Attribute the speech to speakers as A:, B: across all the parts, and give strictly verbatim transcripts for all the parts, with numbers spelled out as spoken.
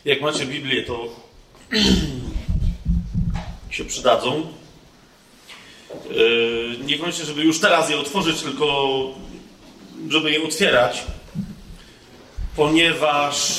A: Jak macie Biblię, to się przydadzą. Yy, niekoniecznie, żeby już teraz je otworzyć, tylko żeby je otwierać, ponieważ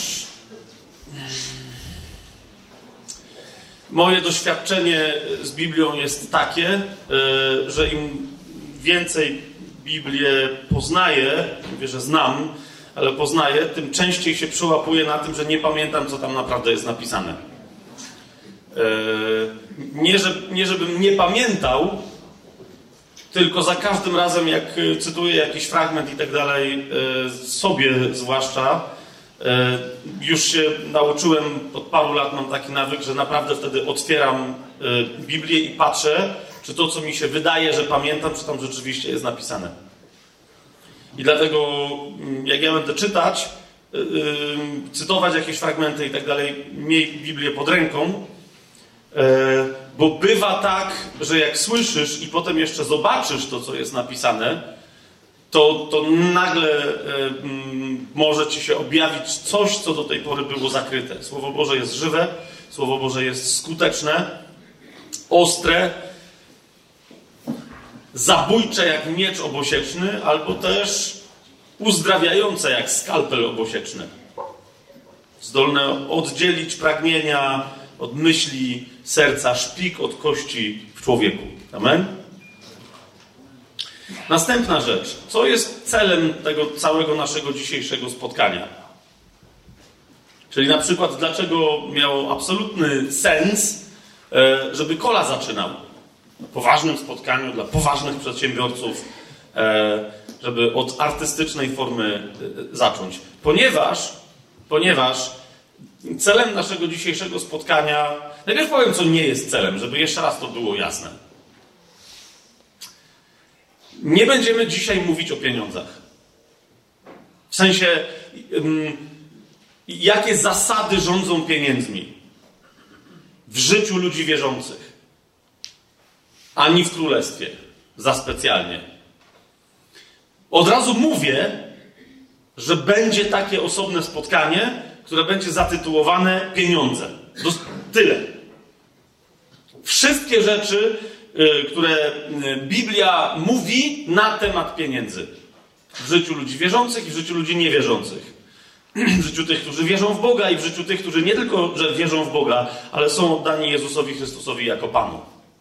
A: moje doświadczenie z Biblią jest takie, yy, że im więcej Biblię poznaję, mówię, że znam, ale poznaję, tym częściej się przełapuję na tym, że nie pamiętam, co tam naprawdę jest napisane. Yy, nie, że, nie żebym nie pamiętał, tylko za każdym razem, jak cytuję jakiś fragment i tak dalej, sobie zwłaszcza, już się nauczyłem, od paru lat mam taki nawyk, że naprawdę wtedy otwieram Biblię i patrzę, czy to, co mi się wydaje, że pamiętam, czy tam rzeczywiście jest napisane. I dlatego, jak ja będę czytać, cytować jakieś fragmenty i tak dalej, miej Biblię pod ręką, bo bywa tak, że jak słyszysz i potem jeszcze zobaczysz to, co jest napisane, to, to nagle może ci się objawić coś, co do tej pory było zakryte. Słowo Boże jest żywe, Słowo Boże jest skuteczne, ostre, zabójcze jak miecz obosieczny, albo też uzdrawiające jak skalpel obosieczny. Zdolne oddzielić pragnienia od myśli, serca, szpik od kości w człowieku. Amen? Następna rzecz. Co jest celem tego całego naszego dzisiejszego spotkania? Czyli na przykład, dlaczego miało absolutny sens, żeby Kola zaczynał? Na poważnym spotkaniu dla poważnych przedsiębiorców, żeby od artystycznej formy zacząć. Ponieważ, ponieważ celem naszego dzisiejszego spotkania... Najpierw powiem, co nie jest celem, żeby jeszcze raz to było jasne. Nie będziemy dzisiaj mówić o pieniądzach. W sensie, um, jakie zasady rządzą pieniędzmi w życiu ludzi wierzących. Ani w królestwie. Za specjalnie. Od razu mówię, że będzie takie osobne spotkanie, które będzie zatytułowane pieniądze. Tyle. Wszystkie rzeczy, które Biblia mówi na temat pieniędzy. W życiu ludzi wierzących i w życiu ludzi niewierzących. W życiu tych, którzy wierzą w Boga i w życiu tych, którzy nie tylko, że wierzą w Boga, ale są oddani Jezusowi Chrystusowi jako Panu.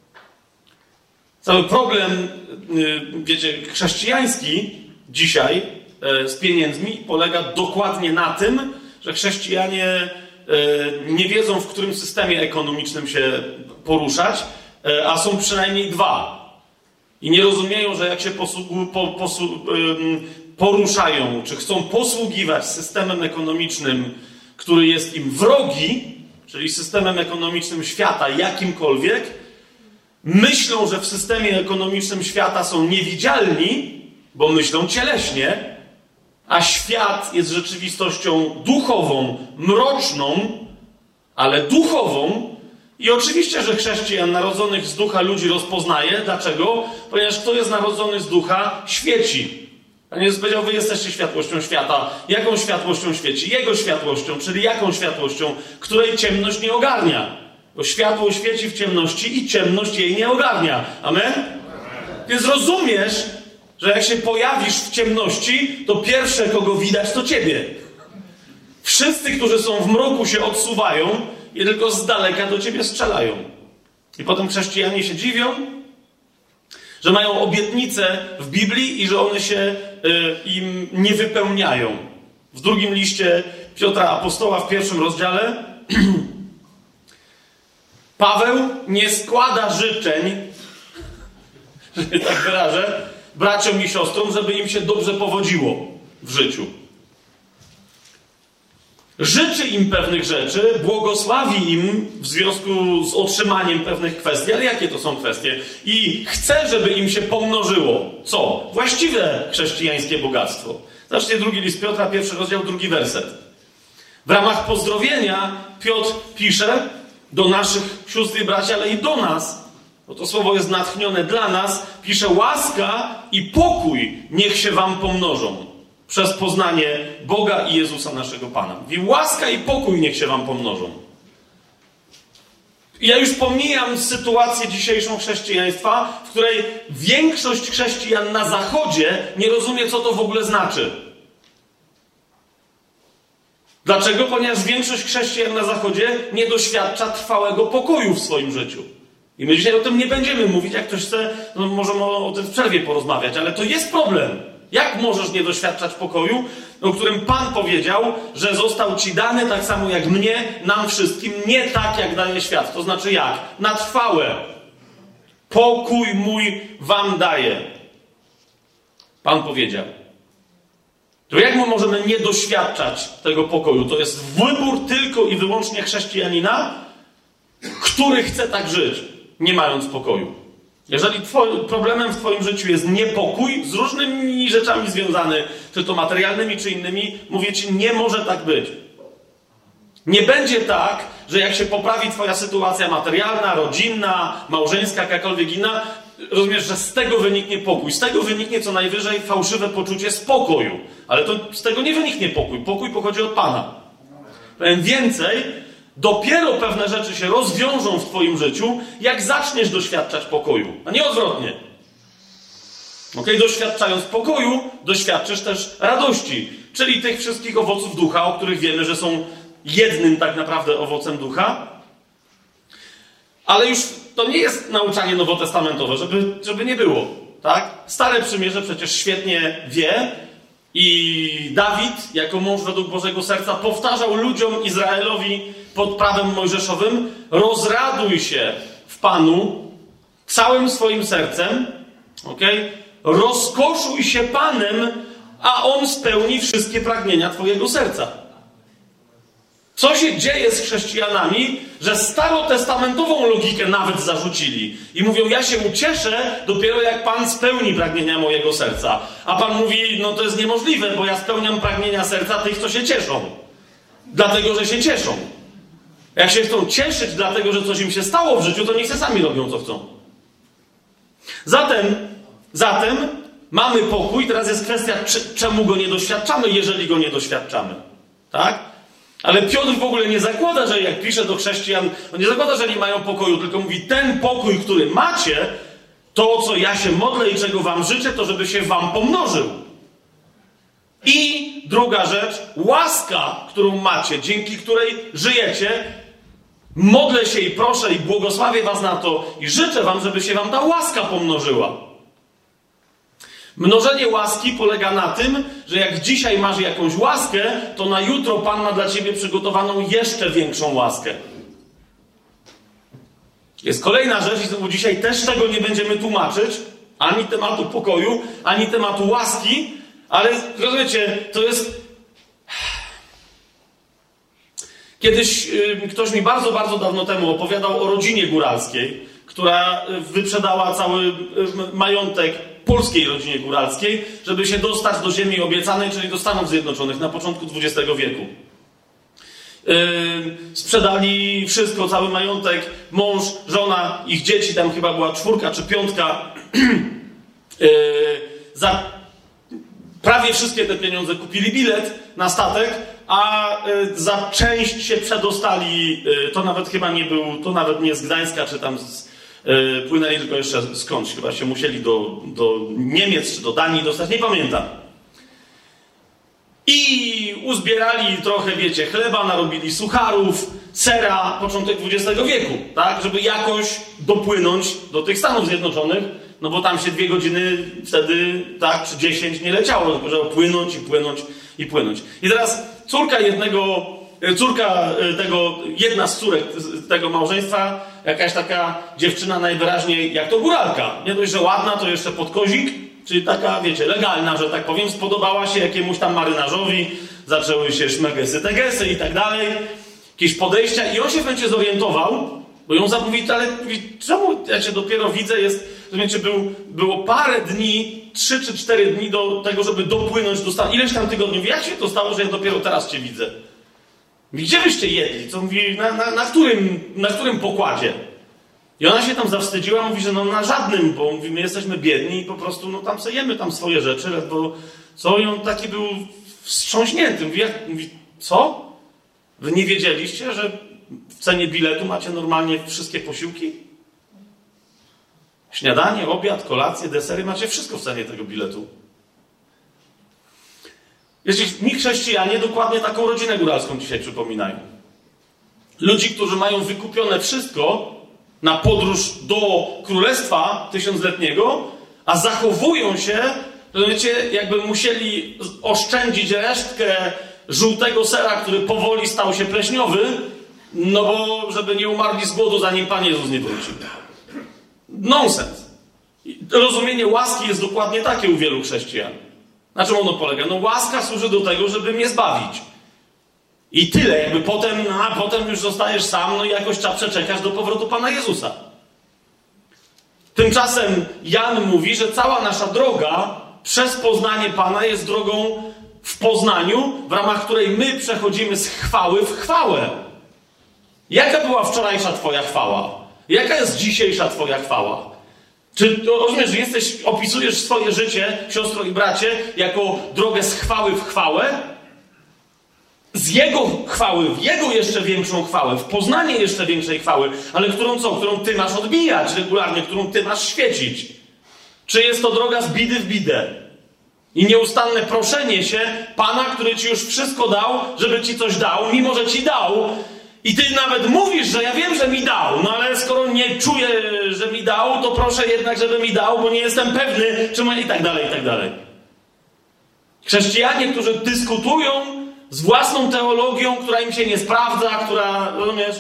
A: Cały problem, wiecie, chrześcijański dzisiaj z pieniędzmi polega dokładnie na tym, że chrześcijanie nie wiedzą, w którym systemie ekonomicznym się poruszać, a są przynajmniej dwa. I nie rozumieją, że jak się posługu, po, posłu, poruszają, czy chcą posługiwać systemem ekonomicznym, który jest im wrogi, czyli systemem ekonomicznym świata jakimkolwiek, myślą, że w systemie ekonomicznym świata są niewidzialni, bo myślą cieleśnie, a świat jest rzeczywistością duchową, mroczną, ale duchową. I oczywiście, że chrześcijan narodzonych z ducha ludzi rozpoznaje. Dlaczego? Ponieważ kto jest narodzony z ducha, świeci. Pan Jezus powiedział, wy jesteście światłością świata. Jaką światłością świeci? Jego światłością, czyli jaką światłością? Której ciemność nie ogarnia. Bo światło świeci w ciemności i ciemność jej nie ogarnia. Amen? Więc rozumiesz, że jak się pojawisz w ciemności, to pierwsze, kogo widać, to ciebie. Wszyscy, którzy są w mroku, się odsuwają i tylko z daleka do ciebie strzelają. I potem chrześcijanie się dziwią, że mają obietnice w Biblii i że one się y, im nie wypełniają. W drugim liście Piotra Apostoła, w pierwszym rozdziale, Paweł nie składa życzeń, że tak wyrażę, braciom i siostrom, żeby im się dobrze powodziło w życiu. Życzy im pewnych rzeczy, błogosławi im w związku z otrzymaniem pewnych kwestii, ale jakie to są kwestie? I chce, żeby im się pomnożyło. Co? Właściwe chrześcijańskie bogactwo. Zobaczcie drugi list Piotra, pierwszy rozdział, drugi werset. W ramach pozdrowienia Piotr pisze do naszych sióstr i braci, ale i do nas, bo to słowo jest natchnione dla nas, pisze: łaska i pokój niech się wam pomnożą. przez poznanie Boga i Jezusa naszego Pana. Mówi, łaska i pokój niech się wam pomnożą. I ja już pomijam sytuację dzisiejszą chrześcijaństwa, w której większość chrześcijan na Zachodzie nie rozumie, co to w ogóle znaczy. Dlaczego? Ponieważ większość chrześcijan na Zachodzie nie doświadcza trwałego pokoju w swoim życiu. I my dzisiaj o tym nie będziemy mówić. Jak ktoś chce, no możemy o tym w przerwie porozmawiać, ale to jest problem. Jak możesz nie doświadczać pokoju, o którym Pan powiedział, że został ci dany tak samo jak mnie, nam wszystkim, nie tak jak daje świat. To znaczy jak? Na trwałe. Pokój mój wam daję. Pan powiedział. To jak my możemy nie doświadczać tego pokoju? To jest wybór tylko i wyłącznie chrześcijanina, który chce tak żyć, nie mając pokoju. Jeżeli twoim problemem w twoim życiu jest niepokój z różnymi rzeczami związany, czy to materialnymi, czy innymi, mówię ci, nie może tak być. Nie będzie tak, że jak się poprawi twoja sytuacja materialna, rodzinna, małżeńska, jakakolwiek inna, rozumiesz, że z tego wyniknie pokój. Z tego wyniknie co najwyżej fałszywe poczucie spokoju. Ale to z tego nie wyniknie pokój. Pokój pochodzi od Pana. Powiem więcej, dopiero pewne rzeczy się rozwiążą w twoim życiu, jak zaczniesz doświadczać pokoju, a nie odwrotnie. Okay? Doświadczając pokoju, doświadczysz też radości, czyli tych wszystkich owoców ducha, o których wiemy, że są jednym tak naprawdę owocem ducha. Ale już to nie jest nauczanie nowotestamentowe, żeby, żeby nie było. Tak? Stare Przymierze przecież świetnie wie i Dawid, jako mąż według Bożego Serca, powtarzał ludziom, Izraelowi pod prawem mojżeszowym: rozraduj się w Panu całym swoim sercem, okay? Rozkoszuj się Panem, a On spełni wszystkie pragnienia twojego serca. Co się dzieje z chrześcijanami, że starotestamentową logikę nawet zarzucili i mówią: ja się ucieszę dopiero jak Pan spełni pragnienia mojego serca. A Pan mówi: no to jest niemożliwe, bo ja spełniam pragnienia serca tych, co się cieszą. Dlatego, że się cieszą. Jak się chcą cieszyć dlatego, że coś im się stało w życiu, to niech se sami robią, co chcą. Zatem, zatem mamy pokój. Teraz jest kwestia, czy, czemu go nie doświadczamy, jeżeli go nie doświadczamy. Tak? Ale Piotr w ogóle nie zakłada, że jak pisze do chrześcijan, on nie zakłada, że nie mają pokoju, tylko mówi: ten pokój, który macie, to, o co ja się modlę i czego wam życzę, to żeby się wam pomnożył. I druga rzecz, łaska, którą macie, dzięki której żyjecie, modlę się i proszę i błogosławię was na to i życzę wam, żeby się wam ta łaska pomnożyła. Mnożenie łaski polega na tym, że jak dzisiaj masz jakąś łaskę, to na jutro Pan ma dla ciebie przygotowaną jeszcze większą łaskę. Jest kolejna rzecz, i dzisiaj też tego nie będziemy tłumaczyć, ani tematu pokoju, ani tematu łaski, ale rozumiecie, to jest... Kiedyś yy, ktoś mi bardzo, bardzo dawno temu opowiadał o rodzinie góralskiej, która wyprzedała cały yy, majątek polskiej rodzinie góralskiej, żeby się dostać do ziemi obiecanej, czyli do Stanów Zjednoczonych na początku dwudziestego wieku. Yy, sprzedali wszystko, cały majątek, mąż, żona, ich dzieci, tam chyba była czwórka czy piątka. Yy, za prawie wszystkie te pieniądze kupili bilet na statek, a yy, za część się przedostali, yy, to nawet chyba nie był, to nawet nie z Gdańska, czy tam z Yy, płynęli tylko jeszcze skądś, chyba się musieli do, do Niemiec czy do Danii dostać, nie pamiętam. I uzbierali trochę, wiecie, chleba, narobili sucharów, sera, początek dwudziestego wieku, tak, żeby jakoś dopłynąć do tych Stanów Zjednoczonych, no bo tam się dwie godziny wtedy, tak, czy dziesięć nie leciało, tylko żeby płynąć i płynąć i płynąć. I teraz córka jednego, córka tego, jedna z córek tego małżeństwa, jakaś taka dziewczyna najwyraźniej, jak to góralka. Nie dość, że ładna, to jeszcze podkozik, czyli taka, wiecie, legalna, że tak powiem, spodobała się jakiemuś tam marynarzowi, zaczęły się szmegesy, tegesy i tak dalej, jakieś podejścia i on się w momencie zorientował, bo ją zamówi, ale mówi: czemu ja cię dopiero widzę, jest, rozumiecie, był, było parę dni, trzy czy cztery dni do tego, żeby dopłynąć do Stanów. Ileś tam tygodni. Mówi: jak się to stało, że ja dopiero teraz cię widzę? Gdzie byście jedli? Co mówi, na, na, na, którym, na którym pokładzie? I ona się tam zawstydziła, mówi, że no na żadnym, bo mówi, my jesteśmy biedni i po prostu no tam sobie jemy tam swoje rzeczy, bo Co? I on taki był wstrząśnięty. Mówi, jak, mówi, co? Wy nie wiedzieliście, że w cenie biletu macie normalnie wszystkie posiłki? Śniadanie, obiad, kolację, desery, macie wszystko w cenie tego biletu. Jeśli mi chrześcijanie dokładnie taką rodzinę góralską dzisiaj przypominają. Ludzi, którzy mają wykupione wszystko na podróż do Królestwa Tysiącletniego, a zachowują się, że wiecie, jakby musieli oszczędzić resztkę żółtego sera, który powoli stał się pleśniowy, no bo żeby nie umarli z głodu, zanim Pan Jezus nie wróci. Nonsens. Rozumienie łaski jest dokładnie takie u wielu chrześcijan. Na czym ono polega? No łaska służy do tego, żeby mnie zbawić. I tyle. Jakby potem, a potem już zostajesz sam, no i jakoś trzeba przeczekać do powrotu Pana Jezusa. Tymczasem Jan mówi, że cała nasza droga przez poznanie Pana jest drogą w poznaniu, w ramach której my przechodzimy z chwały w chwałę. Jaka była wczorajsza Twoja chwała? Jaka jest dzisiejsza Twoja chwała? Czy to rozumiesz, że jesteś, opisujesz swoje życie, siostro i bracie, jako drogę z chwały w chwałę? Z Jego chwały, w Jego jeszcze większą chwałę, w poznanie jeszcze większej chwały, ale którą co? Którą Ty masz odbijać regularnie, którą Ty masz świecić. Czy jest to droga z bidy w bidę? I nieustanne proszenie się Pana, który Ci już wszystko dał, żeby Ci coś dał, mimo że Ci dał, i Ty nawet mówisz, że ja wiem, że mi dał, no ale skoro nie czuję, że mi dał, to proszę jednak, żeby mi dał, bo nie jestem pewny, czy ma... i tak dalej, i tak dalej. Chrześcijanie, którzy dyskutują z własną teologią, która im się nie sprawdza, która, rozumiesz?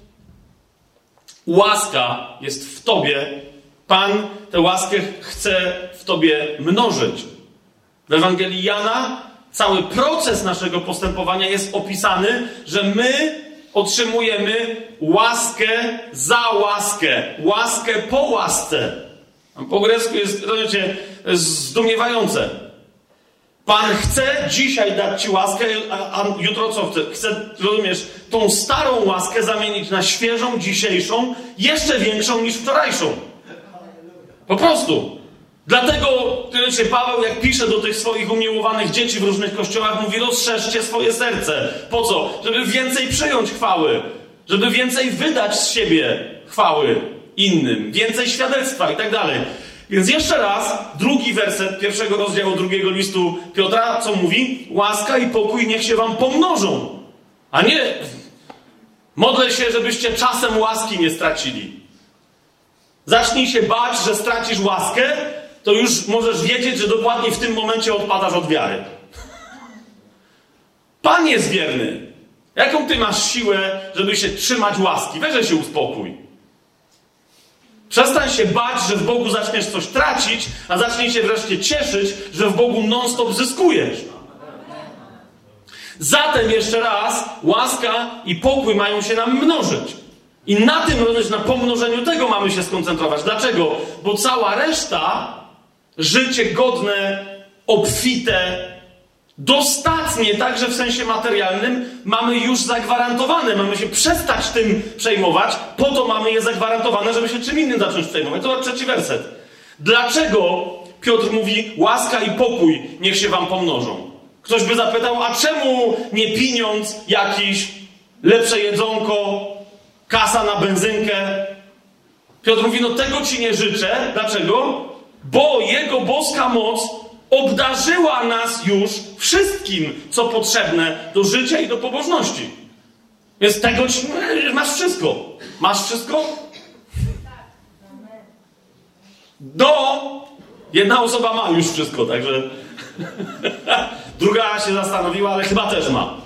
A: Łaska jest w Tobie. Pan tę łaskę chce w Tobie mnożyć. W Ewangelii Jana cały proces naszego postępowania jest opisany, że my otrzymujemy łaskę za łaskę. Łaskę po łasce. Po grecku jest, rozumiecie, zdumiewające. Pan chce dzisiaj dać Ci łaskę, a, a jutro co chce? Chce, rozumiesz, tą starą łaskę zamienić na świeżą, dzisiejszą, jeszcze większą niż wczorajszą. Po prostu. Dlatego, wiecie, Paweł, jak pisze do tych swoich umiłowanych dzieci w różnych kościołach, mówi: rozszerzcie swoje serce. Po co? Żeby więcej przyjąć chwały. Żeby więcej wydać z siebie chwały innym. Więcej świadectwa i tak dalej. Więc jeszcze raz, drugi werset pierwszego rozdziału drugiego listu Piotra, co mówi? Łaska i pokój niech się wam pomnożą. A nie modlę się, żebyście czasem łaski nie stracili. Zacznij się bać, że stracisz łaskę, to już możesz wiedzieć, że dokładnie w tym momencie odpadasz od wiary. Pan jest wierny. Jaką ty masz siłę, żeby się trzymać łaski? Weź się uspokój. Przestań się bać, że w Bogu zaczniesz coś tracić, a zacznij się wreszcie cieszyć, że w Bogu non-stop zyskujesz. Zatem jeszcze raz, łaska i pokój mają się nam mnożyć. I na tym, również na pomnożeniu tego mamy się skoncentrować. Dlaczego? Bo cała reszta, życie godne, obfite, dostatnie, także w sensie materialnym, mamy już zagwarantowane. Mamy się przestać tym przejmować, po to mamy je zagwarantowane, żeby się czym innym zacząć przejmować. To trzeci werset. Dlaczego Piotr mówi: łaska i pokój niech się wam pomnożą? Ktoś by zapytał: a czemu nie pieniądz jakiś, lepsze jedzonko, kasa na benzynkę? Piotr mówi: no tego ci nie życzę. Dlaczego? Bo Jego boska moc obdarzyła nas już wszystkim, co potrzebne do życia i do pobożności. Więc tego ci... Masz wszystko. Masz wszystko? Do... Jedna osoba ma już wszystko, także... Druga się zastanowiła, ale chyba też ma.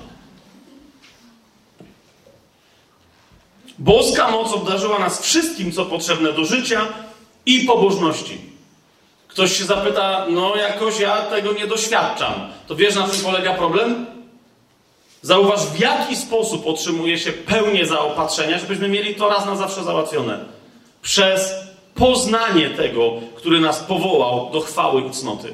A: Boska moc obdarzyła nas wszystkim, co potrzebne do życia i pobożności. Ktoś się zapyta: no jakoś ja tego nie doświadczam. To wiesz, na czym polega problem? Zauważ, w jaki sposób otrzymuje się pełnię zaopatrzenia, żebyśmy mieli to raz na zawsze załatwione. Przez poznanie tego, który nas powołał do chwały i cnoty.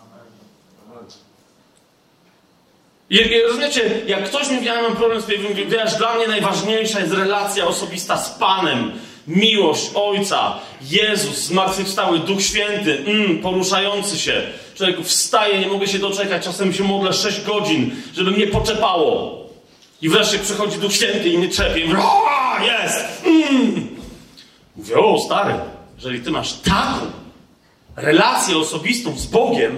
A: I rozumiecie, jak ktoś mi mówi: ja mam problem z tym, wiesz, dla mnie najważniejsza jest relacja osobista z Panem. miłość Ojca, Jezus, zmartwychwstały, Duch Święty, mm, poruszający się. Człowiek wstaje, nie mogę się doczekać, czasem się modlę sześć godzin, żeby mnie poczepało. I wreszcie przychodzi Duch Święty i mnie czepie. O, jest! Mm. Mówię, o stary, jeżeli ty masz taką relację osobistą z Bogiem,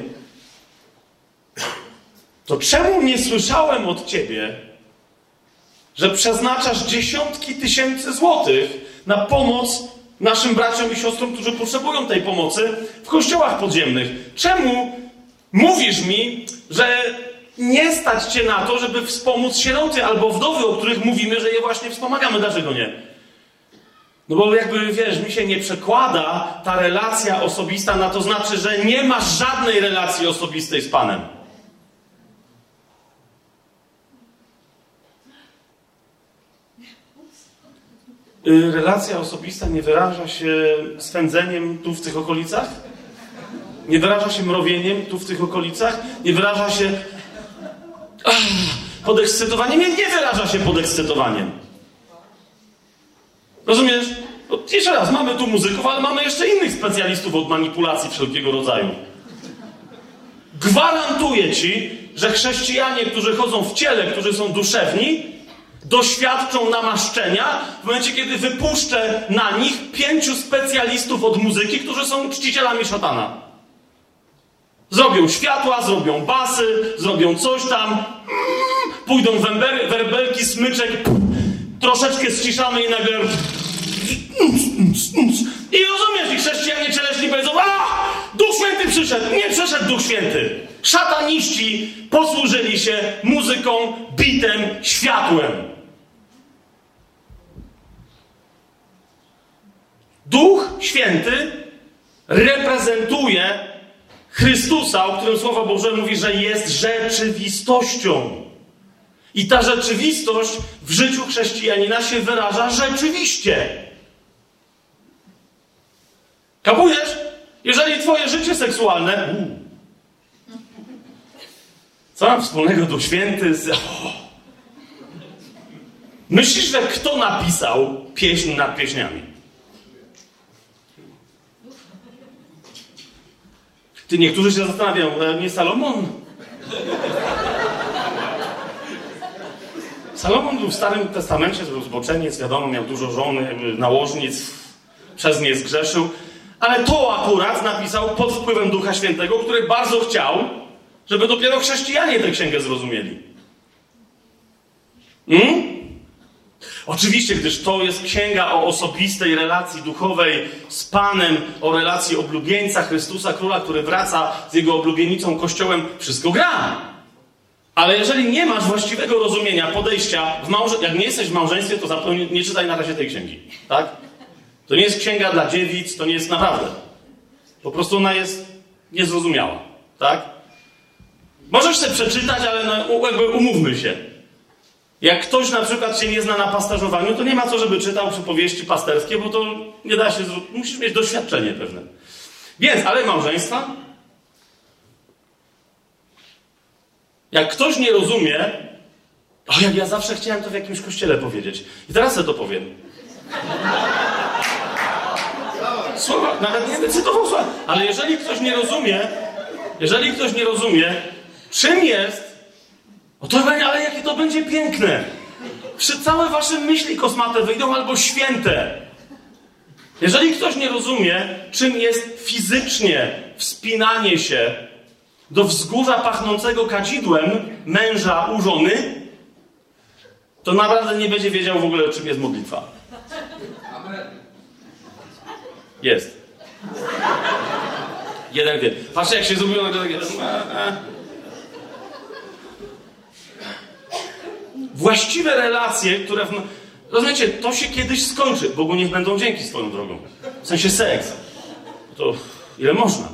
A: to czemu nie słyszałem od ciebie, że przeznaczasz dziesiątki tysięcy złotych na pomoc naszym braciom i siostrom, którzy potrzebują tej pomocy w kościołach podziemnych? Czemu mówisz mi, że nie stać cię na to, żeby wspomóc sieroty albo wdowy, o których mówimy, że je właśnie wspomagamy? Dlaczego nie? No bo jakby, wiesz, mi się nie przekłada ta relacja osobista na to znaczy, że nie masz żadnej relacji osobistej z Panem. Relacja osobista nie wyraża się swędzeniem tu w tych okolicach? Nie wyraża się mrowieniem tu w tych okolicach? Nie wyraża się ach, podekscytowaniem? Nie, nie wyraża się podekscytowaniem. Rozumiesz? No, jeszcze raz, mamy tu muzyków, ale mamy jeszcze innych specjalistów od manipulacji wszelkiego rodzaju. Gwarantuję ci, że chrześcijanie, którzy chodzą w ciele, którzy są duszewni, doświadczą namaszczenia w momencie, kiedy wypuszczę na nich pięciu specjalistów od muzyki, którzy są czcicielami szatana. Zrobią światła, zrobią basy, zrobią coś tam, pójdą węber, werbelki, smyczek, troszeczkę ściszamy i nagle i rozumiesz, i chrześcijanie cieleśni powiedzą, a, Duch Święty przyszedł. Nie przyszedł Duch Święty. Szataniści posłużyli się muzyką, bitem, światłem. Duch Święty reprezentuje Chrystusa, o którym Słowo Boże mówi, że jest rzeczywistością. I ta rzeczywistość w życiu chrześcijanina się wyraża rzeczywiście. Kapujesz? Jeżeli twoje życie seksualne... Co mam wspólnego Duch Święty z... Oh. Myślisz, że kto napisał pieśń nad pieśniami? Ty, niektórzy się zastanawiają, nie Salomon? Salomon był w Starym Testamencie, był zboczeniec, wiadomo, miał dużo żony, nałożnic, przez nie zgrzeszył, ale to akurat napisał pod wpływem Ducha Świętego, który bardzo chciał, żeby dopiero chrześcijanie tę księgę zrozumieli. Hmm? Oczywiście, gdyż to jest księga o osobistej relacji duchowej z Panem, o relacji oblubieńca Chrystusa Króla, który wraca z jego oblubienicą Kościołem, wszystko gra. Ale jeżeli nie masz właściwego rozumienia, podejścia, w małże... jak nie jesteś w małżeństwie, to zapewne nie czytaj na razie tej księgi. Tak? To nie jest księga dla dziewic, to nie jest naprawdę. Po prostu ona jest niezrozumiała. Tak? Możesz sobie przeczytać, ale no, jakby umówmy się. Jak ktoś na przykład się nie zna na pasterzowaniu, to nie ma co, żeby czytał przypowieści pasterskie, bo to nie da się... Musisz mieć doświadczenie pewne. Więc, ale małżeństwa... Jak ktoś nie rozumie... O, jak ja zawsze chciałem to w jakimś kościele powiedzieć. I teraz sobie to powiem. Słowa, nawet nie decydował słowa. Ale jeżeli ktoś nie rozumie... Jeżeli ktoś nie rozumie, czym jest... O to, ale jakie to będzie piękne. Przy całe wasze myśli kosmate wyjdą albo święte. Jeżeli ktoś nie rozumie, czym jest fizycznie wspinanie się do wzgórza pachnącego kadzidłem męża u żony, to naprawdę nie będzie wiedział w ogóle, czym jest modlitwa. Jest. Jeden wie. Patrzcie, jak się zrobiło na takie... Właściwe relacje, które... W... Rozumiecie, to się kiedyś skończy. Bogu niech będą dzięki swoją drogą. W sensie seks. To ile można.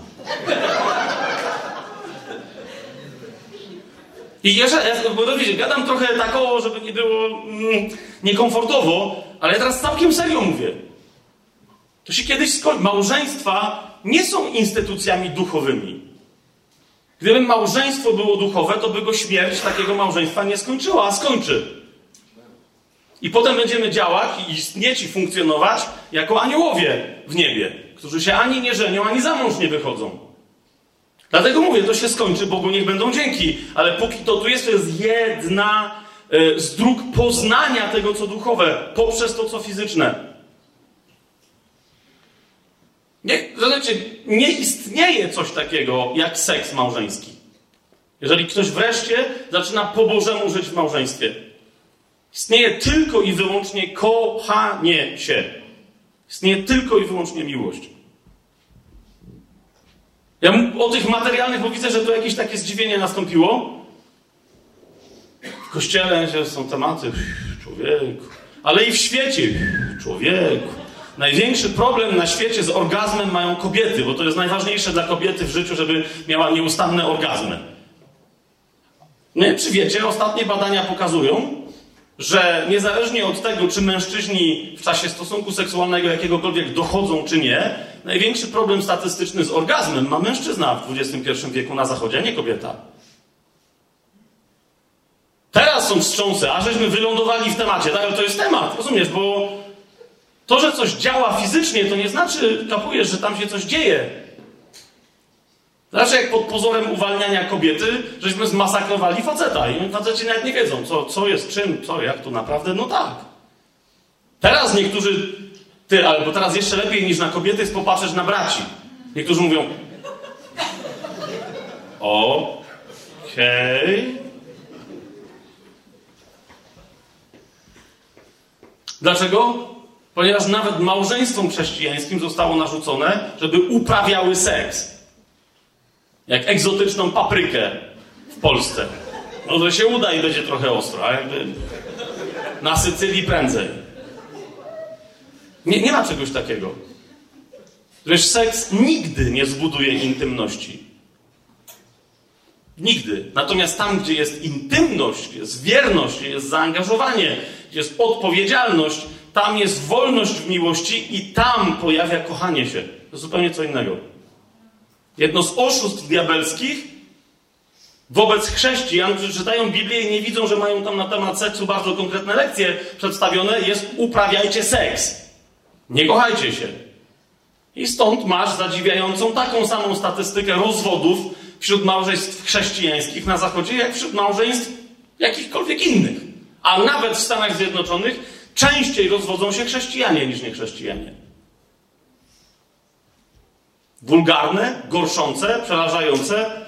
A: I jeszcze, bo wiecie, gadam trochę tak o, żeby nie było mm, niekomfortowo, ale ja teraz całkiem serio mówię. To się kiedyś skończy. Małżeństwa nie są instytucjami duchowymi. Gdyby małżeństwo było duchowe, to by go śmierć takiego małżeństwa nie skończyła, a skończy. I potem będziemy działać i istnieć i funkcjonować jako aniołowie w niebie, którzy się ani nie żenią, ani za mąż nie wychodzą. Dlatego mówię, to się skończy, Bogu niech będą dzięki. Ale póki to tu jest, to jest jedna y, z dróg poznania tego, co duchowe, poprzez to, co fizyczne. Nie, znaczy, nie istnieje coś takiego jak seks małżeński. Jeżeli ktoś wreszcie zaczyna po Bożemu żyć w małżeństwie. Istnieje tylko i wyłącznie kochanie się. Istnieje tylko i wyłącznie miłość. Ja o tych materialnych, bo widzę, że tu jakieś takie zdziwienie nastąpiło. W kościele są tematy, człowieku. Ale i w świecie, człowieku. Największy problem na świecie z orgazmem mają kobiety, bo to jest najważniejsze dla kobiety w życiu, żeby miała nieustanne orgazmy. Nie, czy wiecie, ostatnie badania pokazują, że niezależnie od tego, czy mężczyźni w czasie stosunku seksualnego jakiegokolwiek dochodzą, czy nie, największy problem statystyczny z orgazmem ma mężczyzna w dwudziestym pierwszym wieku na zachodzie, a nie kobieta. Teraz są wstrząsy, a żeśmy wylądowali w temacie. Tak, ale to jest temat, rozumiesz, bo to, że coś działa fizycznie, to nie znaczy, kapujesz, że tam się coś dzieje. Znaczy, jak pod pozorem uwalniania kobiety, żeśmy zmasakrowali faceta i faceci nawet nie wiedzą, co, co jest czym, co, jak tu naprawdę, no tak. Teraz niektórzy, ty, albo teraz jeszcze lepiej niż na kobiety jest popatrzeć na braci. Niektórzy mówią, okej. Okay. Dlaczego? Ponieważ nawet małżeństwom chrześcijańskim zostało narzucone, żeby uprawiały seks. Jak egzotyczną paprykę w Polsce. No to się uda i będzie trochę ostro, a jakby na Sycylii prędzej. Nie, nie ma czegoś takiego. Wiesz, seks nigdy nie zbuduje intymności. Nigdy. Natomiast tam, gdzie jest intymność, jest wierność, jest zaangażowanie, jest odpowiedzialność, tam jest wolność w miłości i tam pojawia kochanie się. To zupełnie co innego. Jedno z oszustw diabelskich wobec chrześcijan, którzy czytają Biblię i nie widzą, że mają tam na temat seksu bardzo konkretne lekcje przedstawione, jest uprawiajcie seks. Nie kochajcie się. I stąd masz zadziwiającą taką samą statystykę rozwodów wśród małżeństw chrześcijańskich na Zachodzie, jak wśród małżeństw jakichkolwiek innych. A nawet w Stanach Zjednoczonych częściej rozwodzą się chrześcijanie niż niechrześcijanie. Wulgarne, gorszące, przerażające.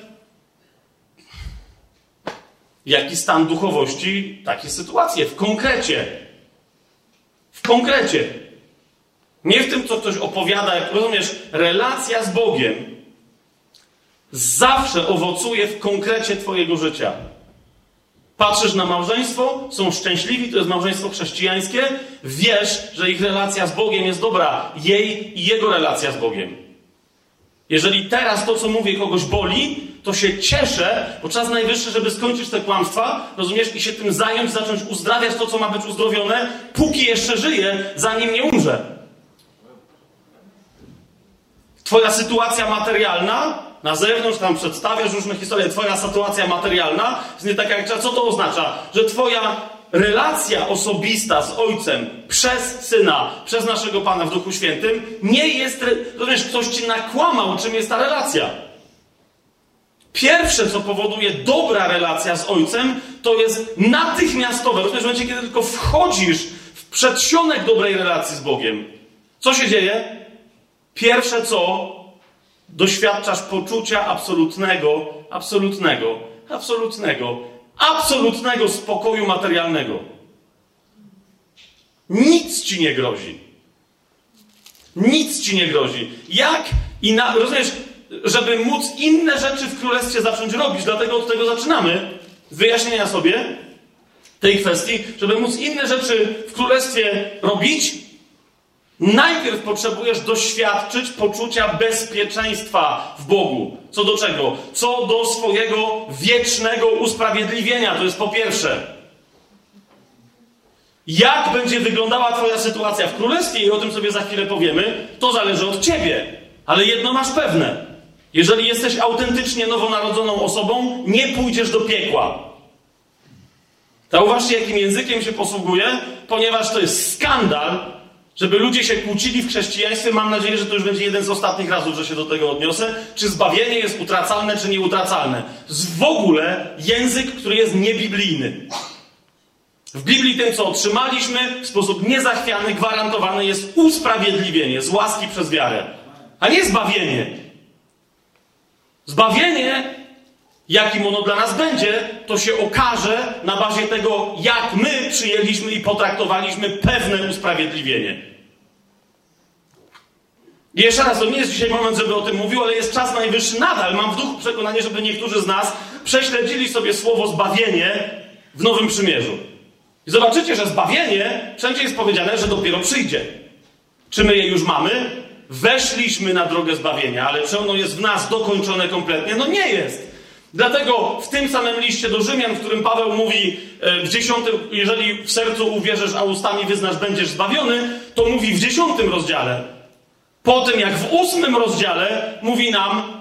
A: Jaki stan duchowości, takie sytuacje. W konkrecie. W konkrecie. Nie w tym, co ktoś opowiada. Jak rozumiesz, relacja z Bogiem zawsze owocuje w konkrecie twojego życia. Patrzysz na małżeństwo, są szczęśliwi, to jest małżeństwo chrześcijańskie, wiesz, że ich relacja z Bogiem jest dobra. Jej i jego relacja z Bogiem. Jeżeli teraz to, co mówię, kogoś boli, to się cieszę, bo czas najwyższy, żeby skończyć te kłamstwa, rozumiesz, i się tym zająć, zacząć uzdrawiać to, co ma być uzdrowione, póki jeszcze żyje, zanim nie umrze. Twoja sytuacja materialna, na zewnątrz tam przedstawiasz różne historie, twoja sytuacja materialna jest nie taka jak trzeba. Co to oznacza? Że twoja relacja osobista z Ojcem przez Syna, przez naszego Pana w Duchu Świętym nie jest... Rozumiesz, ktoś ci nakłamał, czym jest ta relacja. Pierwsze, co powoduje dobra relacja z Ojcem, to jest natychmiastowe. Rozumiesz, w momencie, kiedy tylko wchodzisz w przedsionek dobrej relacji z Bogiem. Co się dzieje? Pierwsze co, doświadczasz poczucia absolutnego, absolutnego, absolutnego, absolutnego spokoju materialnego. Nic ci nie grozi. Nic ci nie grozi. Jak i na, rozumiesz, żeby móc inne rzeczy w królestwie zacząć robić, dlatego od tego zaczynamy, z wyjaśnienia sobie tej kwestii, żeby móc inne rzeczy w królestwie robić, najpierw potrzebujesz doświadczyć poczucia bezpieczeństwa w Bogu. Co do czego? Co do swojego wiecznego usprawiedliwienia. To jest po pierwsze. Jak będzie wyglądała twoja sytuacja w królestwie, i o tym sobie za chwilę powiemy, to zależy od ciebie. Ale jedno masz pewne. Jeżeli jesteś autentycznie nowonarodzoną osobą, nie pójdziesz do piekła. Zauważcie, jakim językiem się posługuje, ponieważ to jest skandal, żeby ludzie się kłócili w chrześcijaństwie. Mam nadzieję, że to już będzie jeden z ostatnich razów, że się do tego odniosę. Czy zbawienie jest utracalne, czy nieutracalne. To jest w ogóle język, który jest niebiblijny. W Biblii tym, co otrzymaliśmy, w sposób niezachwiany, gwarantowany jest usprawiedliwienie z łaski przez wiarę, a nie zbawienie. Zbawienie, jakim ono dla nas będzie, to się okaże na bazie tego, jak my przyjęliśmy i potraktowaliśmy pewne usprawiedliwienie. I jeszcze raz, to nie jest dzisiaj moment, żeby o tym mówił, ale jest czas najwyższy nadal. Mam w duchu przekonanie, żeby niektórzy z nas prześledzili sobie słowo zbawienie w Nowym Przymierzu. I zobaczycie, że zbawienie wszędzie jest powiedziane, że dopiero przyjdzie. Czy my je już mamy? Weszliśmy na drogę zbawienia, ale czy ono jest w nas dokończone kompletnie? No nie jest. Dlatego w tym samym liście do Rzymian, w którym Paweł mówi w dziesiątym, jeżeli w sercu uwierzysz, a ustami wyznasz, będziesz zbawiony, to mówi w dziesiątym rozdziale. Po tym, jak w ósmym rozdziale mówi nam,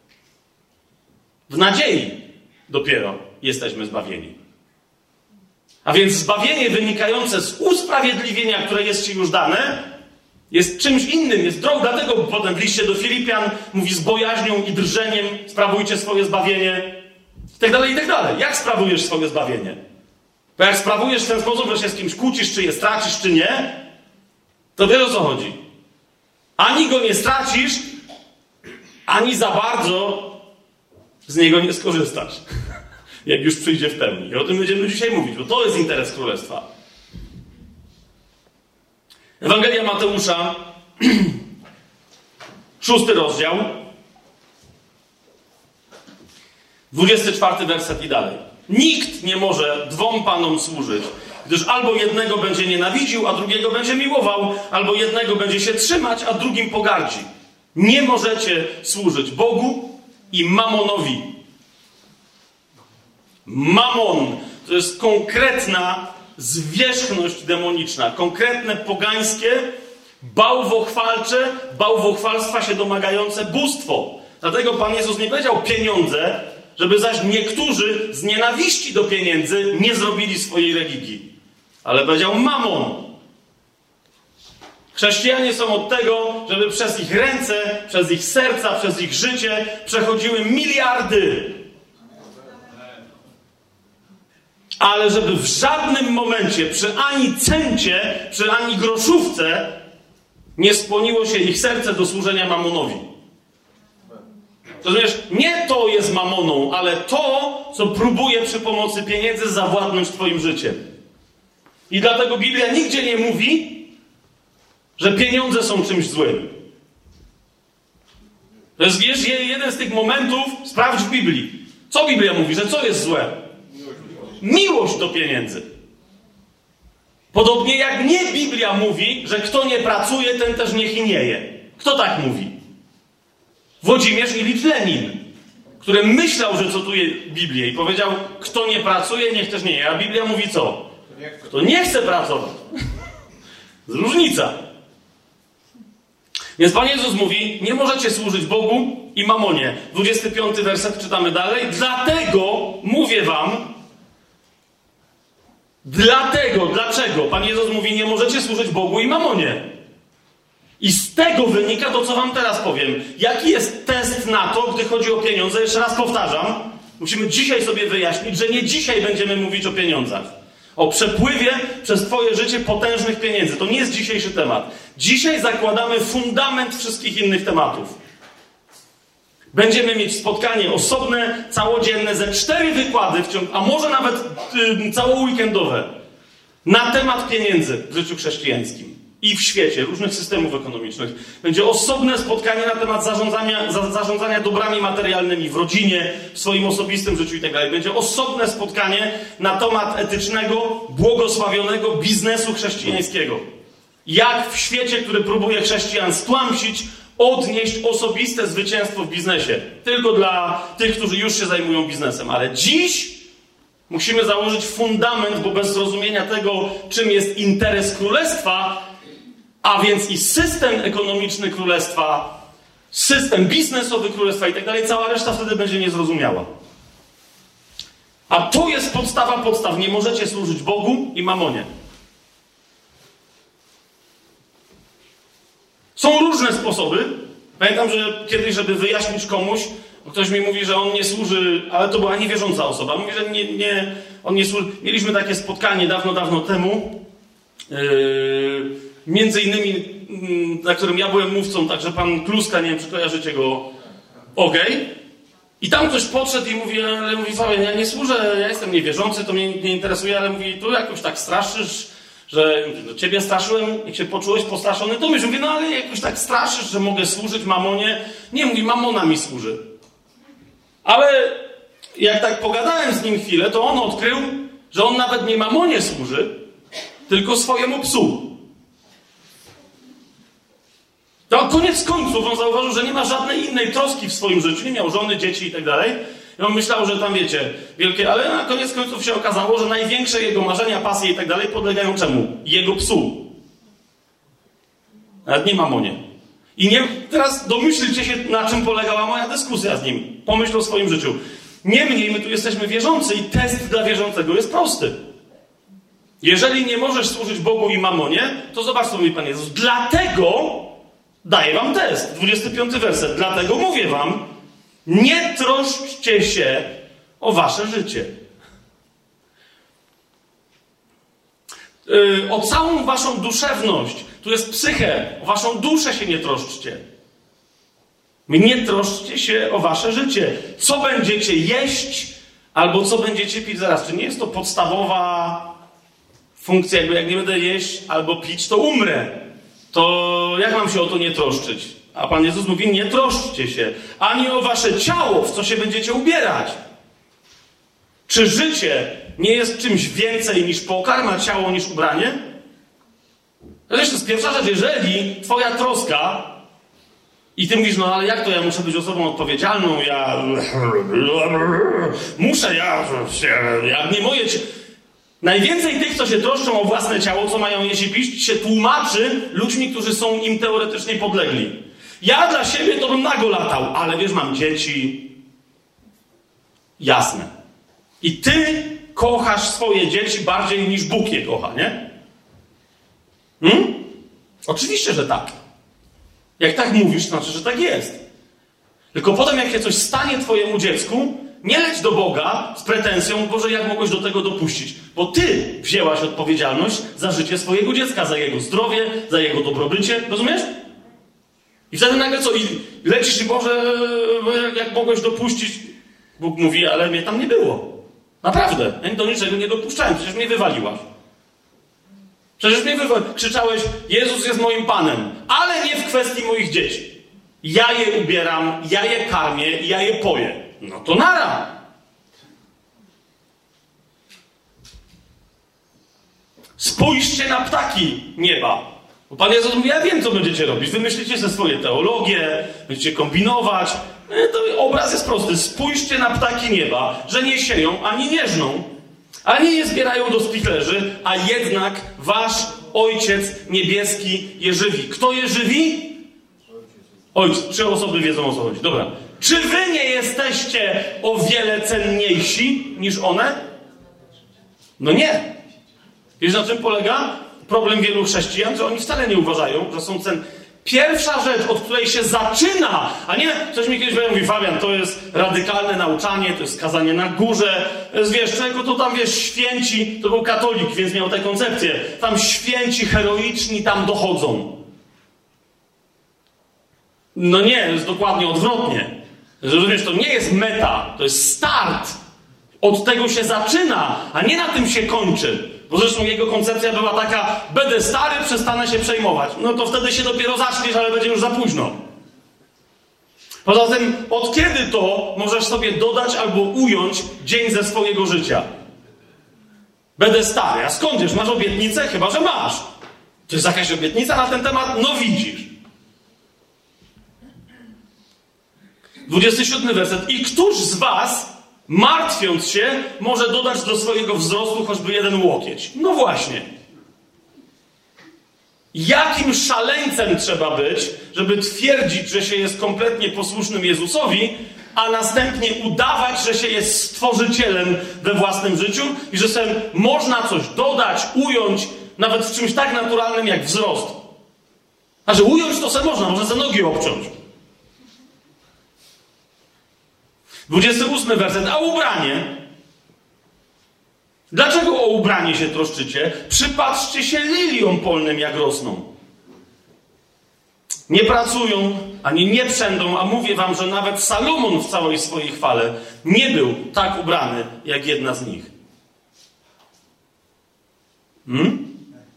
A: w nadziei dopiero jesteśmy zbawieni. A więc zbawienie wynikające z usprawiedliwienia, które jest ci już dane, jest czymś innym, jest drogą. Dlatego potem w liście do Filipian mówi z bojaźnią i drżeniem sprawujcie swoje zbawienie i tak dalej, i tak dalej. Jak sprawujesz swoje zbawienie? Bo jak sprawujesz w ten sposób, że się z kimś kłócisz, czy je stracisz, czy nie, to wiesz, o co chodzi. Ani go nie stracisz, ani za bardzo z niego nie skorzystasz. Jak już przyjdzie w pełni. I o tym będziemy dzisiaj mówić, bo to jest interes Królestwa. Ewangelia Mateusza, szósty rozdział, dwudziesty czwarty werset i dalej. Nikt nie może dwom panom służyć, gdyż albo jednego będzie nienawidził, a drugiego będzie miłował, albo jednego będzie się trzymać, a drugim pogardzi. Nie możecie służyć Bogu i mamonowi. Mamon to jest konkretna zwierzchność demoniczna, konkretne pogańskie, bałwochwalcze, bałwochwalstwa się domagające bóstwo. Dlatego Pan Jezus nie powiedział pieniądze, żeby zaś niektórzy z nienawiści do pieniędzy nie zrobili swojej religii. Ale powiedział mamon. Chrześcijanie są od tego, żeby przez ich ręce, przez ich serca, przez ich życie przechodziły miliardy. Ale żeby w żadnym momencie, przy ani centie, przy ani groszówce nie skłoniło się ich serce do służenia mamonowi. Rozumiesz? Nie to jest mamoną, ale to, co próbuje przy pomocy pieniędzy zawładnąć twoim życiem. I dlatego Biblia nigdzie nie mówi, że pieniądze są czymś złym. To jest jeden z tych momentów, sprawdź w Biblii. Co Biblia mówi, że co jest złe? Miłość do pieniędzy. Podobnie jak nie Biblia mówi, że kto nie pracuje, ten też nie chinieje. Kto tak mówi? Włodzimierz Ilicz Lenin, który myślał, że cytuje Biblię i powiedział, kto nie pracuje, niech też nie je. A Biblia mówi co? Kto nie chce pracować. Różnica. Więc Pan Jezus mówi, nie możecie służyć Bogu i mamonie. dwudziesty piąty werset czytamy dalej. Dlatego mówię wam, dlatego, dlaczego? Pan Jezus mówi, nie możecie służyć Bogu i mamonie. I z tego wynika to, co wam teraz powiem. Jaki jest test na to, gdy chodzi o pieniądze? Jeszcze raz powtarzam. Musimy dzisiaj sobie wyjaśnić, że nie dzisiaj będziemy mówić o pieniądzach. O przepływie przez twoje życie potężnych pieniędzy. To nie jest dzisiejszy temat. Dzisiaj zakładamy fundament wszystkich innych tematów. Będziemy mieć spotkanie osobne, całodzienne, ze cztery wykłady, w ciągu, a może nawet yy, całoweekendowe, na temat pieniędzy w życiu chrześcijańskim i w świecie, różnych systemów ekonomicznych. Będzie osobne spotkanie na temat zarządzania, za, zarządzania dobrami materialnymi w rodzinie, w swoim osobistym życiu itd. Będzie osobne spotkanie na temat etycznego, błogosławionego biznesu chrześcijańskiego. Jak w świecie, który próbuje chrześcijan stłamsić, odnieść osobiste zwycięstwo w biznesie. Tylko dla tych, którzy już się zajmują biznesem. Ale dziś musimy założyć fundament, bo bez zrozumienia tego, czym jest interes Królestwa, a więc i system ekonomiczny Królestwa, system biznesowy Królestwa i tak dalej, cała reszta wtedy będzie niezrozumiała. A to jest podstawa podstaw. Nie możecie służyć Bogu i mamonie. Są różne sposoby. Pamiętam, że kiedyś, żeby wyjaśnić komuś, ktoś mi mówi, że on nie służy, ale to była niewierząca osoba. Mówi, że nie, nie, on nie służy. Mieliśmy takie spotkanie dawno, dawno temu. Yy, między innymi, yy, na którym ja byłem mówcą, także pan Kluska, nie wiem, czy kojarzycie go. Okej. Okay. I tam ktoś podszedł i mówi, ale mówi, Fabian, ja nie służę, ja jestem niewierzący, to mnie nie interesuje, ale mówi, tu jakoś tak straszysz, że no, ciebie straszyłem, jak się poczułeś postraszony, to myśl, mówi, no ale jakoś tak straszysz, że mogę służyć mamonie. Nie, mówi, mamona mi służy. Ale jak tak pogadałem z nim chwilę, to on odkrył, że on nawet nie mamonie służy, tylko swojemu psu. To koniec końców on zauważył, że nie ma żadnej innej troski w swoim życiu, nie miał żony, dzieci i tak dalej. I on myślał, że tam wiecie, wielkie, ale na koniec końców się okazało, że największe jego marzenia, pasje i tak dalej podlegają czemu? Jego psu. Nawet nie mamonie. I nie, teraz domyślcie się, na czym polegała moja dyskusja z nim. Pomyśl o swoim życiu. Niemniej my tu jesteśmy wierzący i test dla wierzącego jest prosty. Jeżeli nie możesz służyć Bogu i mamonie, to zobacz, co mówi Pan Jezus. Dlatego daję wam test. dwudziesty piąty werset. Dlatego mówię wam, nie troszczcie się o wasze życie. Yy, o całą waszą duszewność. Tu jest psychę. O waszą duszę się nie troszczcie. Nie troszczcie się o wasze życie. Co będziecie jeść, albo co będziecie pić zaraz. Czy nie jest to podstawowa funkcja, jakby jak nie będę jeść albo pić, to umrę. To jak mam się o to nie troszczyć? A Pan Jezus mówi, nie troszczcie się ani o wasze ciało, w co się będziecie ubierać. Czy życie nie jest czymś więcej niż pokarm, a ciało niż ubranie? To jest pierwsza rzecz. Jeżeli twoja troska i ty mówisz, no ale jak to ja muszę być osobą odpowiedzialną, ja muszę, ja, ja nie moje... Najwięcej tych, co się troszczą o własne ciało, co mają jeść i pić, się tłumaczy ludźmi, którzy są im teoretycznie podlegli. Ja dla siebie to bym nago latał, ale wiesz, mam dzieci. Jasne. I ty kochasz swoje dzieci bardziej niż Bóg je kocha, nie? Hmm? Oczywiście, że tak. Jak tak mówisz, to znaczy, że tak jest. Tylko potem, jak się coś stanie twojemu dziecku, nie leć do Boga z pretensją, Boże, jak mogłeś do tego dopuścić? Bo ty wzięłaś odpowiedzialność za życie swojego dziecka, za jego zdrowie, za jego dobrobycie. Rozumiesz? I wtedy nagle co? I lecisz i Boże, jak mogłeś dopuścić? Bóg mówi, ale mnie tam nie było. Naprawdę. Ja do niczego nie dopuszczałem. Przecież mnie wywaliłaś. Przecież mnie wywaliłaś. Krzyczałeś, Jezus jest moim Panem. Ale nie w kwestii moich dzieci. Ja je ubieram, ja je karmię, ja je poję. No to nara. Spójrzcie na ptaki nieba. Bo Pan Jezus mówi, ja wiem, co będziecie robić. Wymyślicie sobie swoje teologie, będziecie kombinować. To obraz jest prosty. Spójrzcie na ptaki nieba, że nie sieją, ani nie żną, ani nie zbierają do spichlerzy, a jednak wasz Ojciec Niebieski je żywi. Kto je żywi? Ojciec. Trzy osoby wiedzą, o co chodzi. Dobra. Czy wy nie jesteście o wiele cenniejsi niż one? No nie. Wiesz, na czym polega problem wielu chrześcijan? Że oni wcale nie uważają, że są cen. Pierwsza rzecz, od której się zaczyna, a nie, ktoś mi kiedyś mówi, Fabian, to jest radykalne nauczanie, to jest kazanie na górze, wiesz, czego to tam, wiesz, święci, to był katolik, więc miał tę koncepcję, tam święci, heroiczni tam dochodzą. No nie, jest dokładnie odwrotnie. Rozumiesz, to nie jest meta, to jest start. Od tego się zaczyna, a nie na tym się kończy. Bo zresztą jego koncepcja była taka, będę stary, przestanę się przejmować. No to wtedy się dopiero zaczniesz, ale będzie już za późno. Poza tym, od kiedy to możesz sobie dodać albo ująć dzień ze swojego życia? Będę stary. A skąd wiesz? Masz obietnicę? Chyba że masz. To jest jakaś obietnica na ten temat? No widzisz. dwudziesty siódmy werset. I któż z was, martwiąc się, może dodać do swojego wzrostu choćby jeden łokieć? No właśnie. Jakim szaleńcem trzeba być, żeby twierdzić, że się jest kompletnie posłusznym Jezusowi, a następnie udawać, że się jest stworzycielem we własnym życiu i że sobie można coś dodać, ująć, nawet w czymś tak naturalnym jak wzrost. A że ująć to sobie można, można za nogi obciąć. dwudziesty ósmy werset. A ubranie? Dlaczego o ubranie się troszczycie? Przypatrzcie się liliom polnym, jak rosną. Nie pracują, ani nie przędą, a mówię wam, że nawet Salomon w całej swojej chwale nie był tak ubrany, jak jedna z nich. Hmm?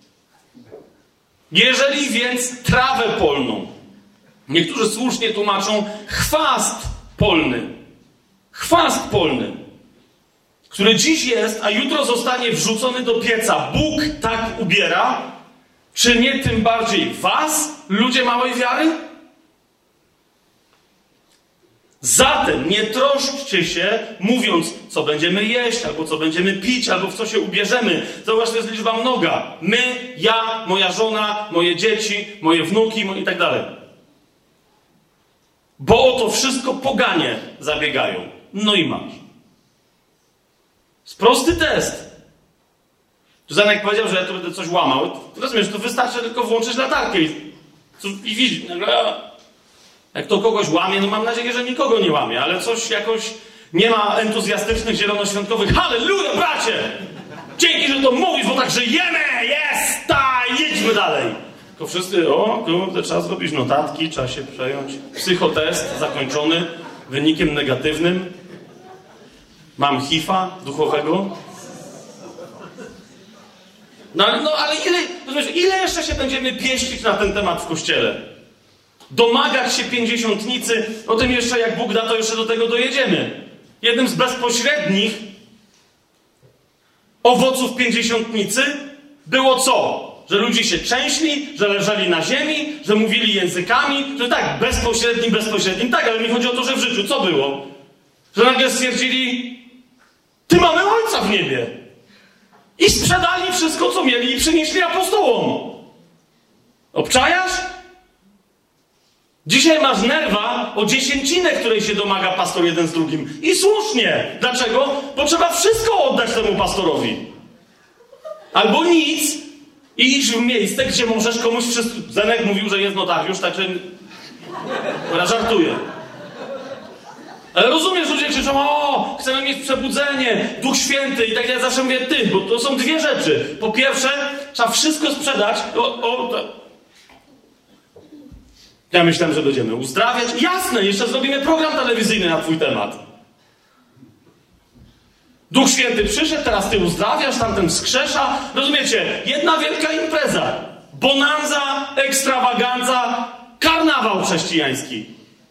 A: Jeżeli więc trawę polną, niektórzy słusznie tłumaczą chwast polny, chwast polny, który dziś jest, a jutro zostanie wrzucony do pieca, Bóg tak ubiera, czy nie tym bardziej was, ludzie małej wiary? Zatem nie troszczcie się, mówiąc, co będziemy jeść, albo co będziemy pić, albo w co się ubierzemy. Zauważ, to jest liczba mnoga. My, ja, moja żona, moje dzieci, moje wnuki i tak dalej. Bo o to wszystko poganie zabiegają. No i masz. Jest prosty test. Zanek powiedział, że ja tu będę coś łamał. Rozumiesz, to wystarczy tylko włączyć latarkę i, i widzieć. Jak to kogoś łamie, no mam nadzieję, że nikogo nie łamie, ale coś jakoś nie ma entuzjastycznych, zielonoświątkowych. Halleluja, bracie! Dzięki, że to mówisz, bo tak żyjemy! Jest! Ta! Jedźmy dalej! Tylko wszyscy, o, kurde, trzeba zrobić notatki, trzeba się przejąć. Psychotest zakończony wynikiem negatywnym. Mam hifa duchowego. No, no ale ile, rozumiesz, ile jeszcze się będziemy pieścić na ten temat w Kościele? Domagać się pięćdziesiątnicy, o tym jeszcze jak Bóg da, to jeszcze do tego dojedziemy. Jednym z bezpośrednich owoców pięćdziesiątnicy było co? Że ludzie się trzęśli, że leżeli na ziemi, że mówili językami, że tak, bezpośrednim, bezpośrednim, tak, ale mi chodzi o to, że w życiu co było? Że nagle stwierdzili, ty mamy Ojca w niebie. I sprzedali wszystko, co mieli i przynieśli apostołom. Obczajasz? Dzisiaj masz nerwa o dziesięcinę, której się domaga pastor jeden z drugim. I słusznie. Dlaczego? Bo trzeba wszystko oddać temu pastorowi. Albo nic i idź w miejsce, gdzie możesz komuś wszystko... Zenek mówił, że jest notariusz, także... Ja żartuję. Ale rozumiesz, ludzie krzyczą, o, chcemy mieć przebudzenie, Duch Święty i tak ja zawsze mówię ty, bo to są dwie rzeczy. Po pierwsze, trzeba wszystko sprzedać. O, o, to... Ja myślałem, że będziemy uzdrawiać. Jasne, jeszcze zrobimy program telewizyjny na twój temat. Duch Święty przyszedł, teraz ty uzdrawiasz, tamten wskrzesza. Rozumiecie? Jedna wielka impreza. Bonanza, ekstrawaganza, karnawał chrześcijański.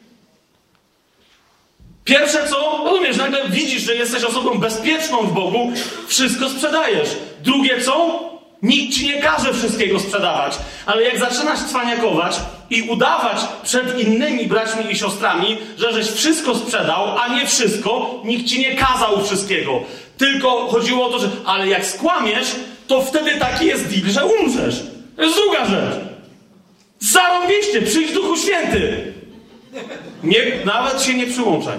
A: Pierwsze co? Rozumiesz, nagle widzisz, że jesteś osobą bezpieczną w Bogu, wszystko sprzedajesz. Drugie co? Nikt ci nie każe wszystkiego sprzedawać. Ale jak zaczynasz cwaniakować i udawać przed innymi braćmi i siostrami, że żeś wszystko sprzedał, a nie wszystko, nikt ci nie kazał wszystkiego. Tylko chodziło o to, że ale jak skłamiesz, to wtedy taki jest deal, że umrzesz. To jest druga rzecz. Zarąbiście, przyjdź Duchu Święty. Nie, nawet się nie przyłączaj.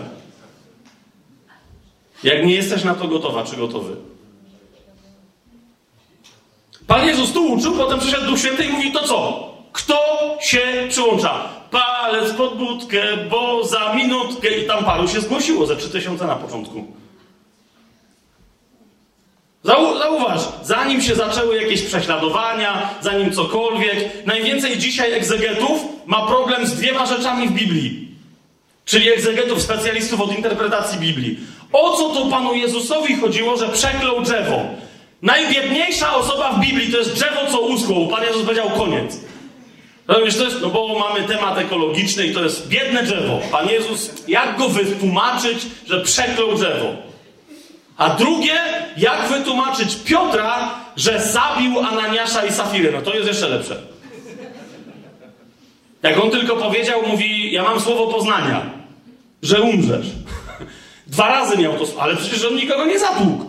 A: Jak nie jesteś na to gotowa czy gotowy. Pan Jezus tu uczył, potem przyszedł Duch Święty i mówi to co? Kto się przyłącza? Palec pod budkę, bo za minutkę i tam paru się zgłosiło, ze trzy tysiące na początku. Zau, zauważ, zanim się zaczęły jakieś prześladowania, zanim cokolwiek, najwięcej dzisiaj egzegetów ma problem z dwiema rzeczami w Biblii. Czyli egzegetów, specjalistów od interpretacji Biblii. O co to Panu Jezusowi chodziło, że przeklął drzewo? Najbiedniejsza osoba w Biblii to jest drzewo, co uschło. Pan Jezus powiedział koniec. Rozumiesz, to jest, no bo mamy temat ekologiczny i to jest biedne drzewo. Pan Jezus, jak go wytłumaczyć, że przeklął drzewo? A drugie, jak wytłumaczyć Piotra, że zabił Ananiasza i Safirę? No to jest jeszcze lepsze. Jak on tylko powiedział, mówi, ja mam słowo poznania, że umrzesz. Dwa razy miał to, ale przecież on nikogo nie zatłukł.